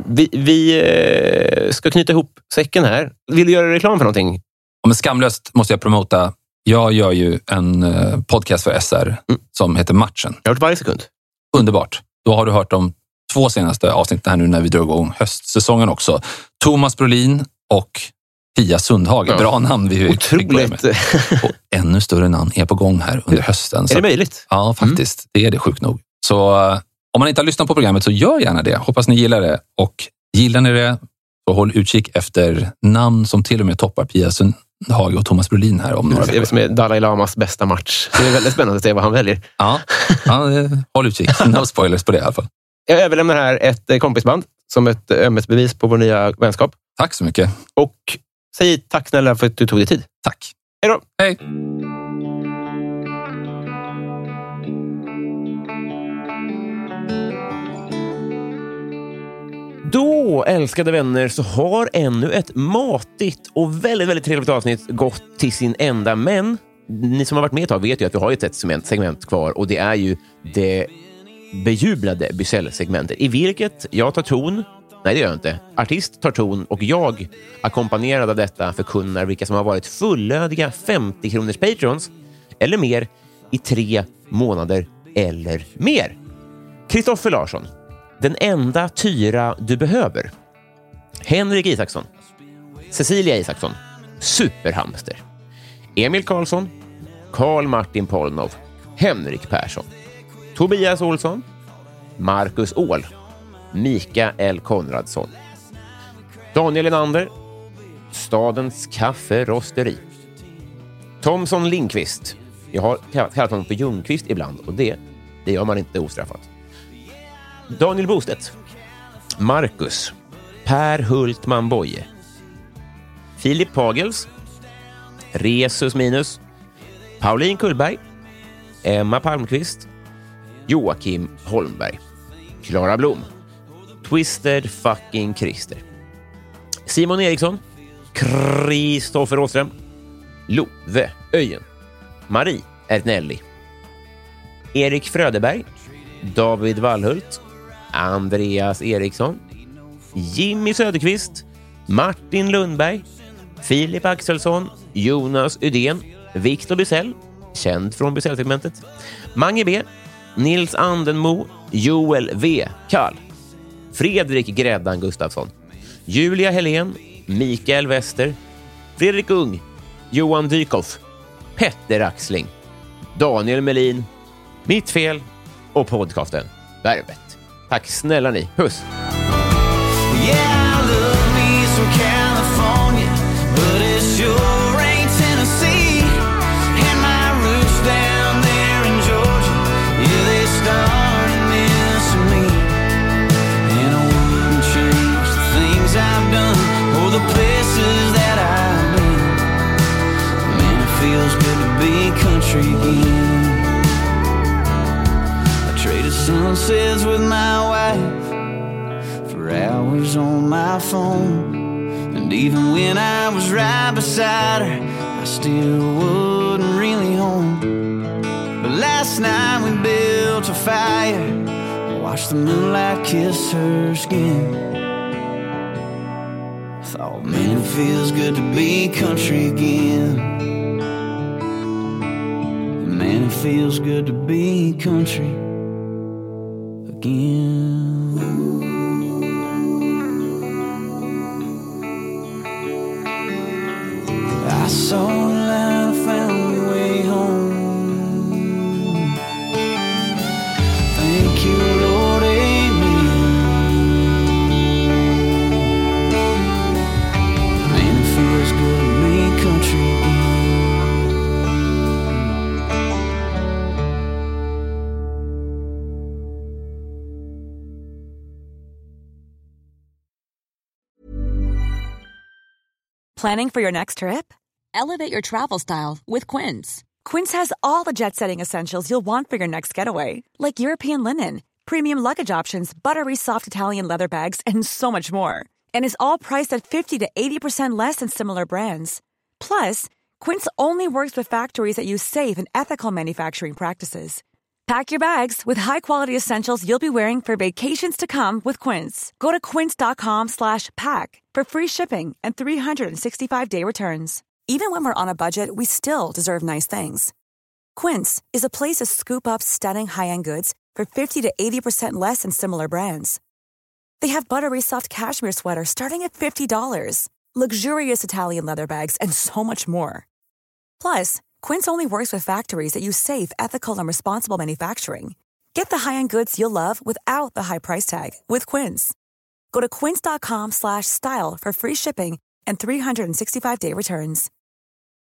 Vi ska knyta ihop säcken här. Vill du göra reklam för någonting? Ja, men skamlöst måste jag promota. Jag gör ju en podcast för SR som heter Matchen. Jag har hört varje sekund. Underbart. Då har du hört de 2 senaste avsnitten här nu när vi drar igång höstsäsongen också. Thomas Brolin och Pia Sundhage. Ja. Bra namn vi otroligt. Och ännu större namn är på gång här under hösten. Är det möjligt? Ja, faktiskt. Det är det sjukt nog. Så om man inte har lyssnat på programmet så gör gärna det. Hoppas ni gillar det. Och gillar ni det så håll utkik efter namn som till och med toppar Pia Sundhage och Thomas Brolin här om några veckor. Det är som är Dalai Lamas bästa match. Det är väldigt spännande att se vad han väljer. Ja, håll utkik. No spoilers på det i alla fall. Jag överlämnar här ett kompisband som ett ömmet bevis på vår nya vänskap. Tack så mycket. Och säg tack snälla för att du tog dig tid. Tack. Hej då. Hej. Så, älskade vänner, så har ännu ett matigt och väldigt, väldigt trevligt avsnitt gått till sin ända. Men ni som har varit med ett tag vet ju att vi har ett segment kvar, och det är ju det bejublade Bysell-segmentet, i vilket jag tar ton. Nej, det gör jag inte. Artist tar ton och jag, ackompanjerad av detta, förkunnar vilka som har varit fullödiga 50-kronors patrons eller mer i 3 månader eller mer. Kristoffer Larsson, den enda Tyra du behöver. Henrik Isaksson, Cecilia Isaksson, Superhamster, Emil Karlsson, Karl Martin Polnov, Henrik Persson, Tobias Olsson, Marcus Åhl, Mikael Konradsson, Daniel Lenander, Stadens kafferosteri, Thomson Lindqvist. Jag har kallat honom för Ljungqvist ibland, och det gör man inte ostraffat. Daniel Bostedt, Marcus, Per Hultman Boye, Filip Pagels, Resus Minus, Pauline Kullberg, Emma Palmqvist, Joakim Holmberg, Klara Blom, Twisted fucking Christer, Simon Eriksson, Kristoffer Åström, Love Öjen, Marie Ernelli, Erik Fröderberg, David Wallhult, Andreas Eriksson, Jimmy Söderqvist, Martin Lundberg, Filip Axelsson, Jonas Udén, Victor Bysell, känd från Bysell-segmentet, Mange B, Nils Andenmo, Joel V. Kall, Fredrik Gräddan Gustafsson, Julia Helén, Mikael Wester, Fredrik Ung, Johan Dykhoff, Petter Axling, Daniel Melin, Mitt fel och podcasten Värvet. Tack snälla ni. Puss! Sunsets with my wife for hours on my phone, and even when I was right beside her, I still wasn't really home. But last night we built a fire, watched the moonlight kiss her skin. Thought, man, it feels good to be country again. Man, it feels good to be country again. I saw a light, found my way home. Thank you, Lord, amen. Man, it feels good to be country again. Planning for your next trip? Elevate your travel style with Quince. Quince has all the jet-setting essentials you'll want for your next getaway, like European linen, premium luggage options, buttery soft Italian leather bags, and so much more. And is all priced at 50 to 80% less than similar brands. Plus, Quince only works with factories that use safe and ethical manufacturing practices. Pack your bags with high-quality essentials you'll be wearing for vacations to come with Quince. Go to quince.com/pack for free shipping and 365-day returns. Even when we're on a budget, we still deserve nice things. Quince is a place to scoop up stunning high-end goods for 50 to 80% less than similar brands. They have buttery soft cashmere sweaters starting at $50, luxurious Italian leather bags, and so much more. Plus, Quince only works with factories that use safe, ethical, and responsible manufacturing. Get the high-end goods you'll love without the high price tag with Quince. Go to quince.com/style for free shipping and 365-day returns.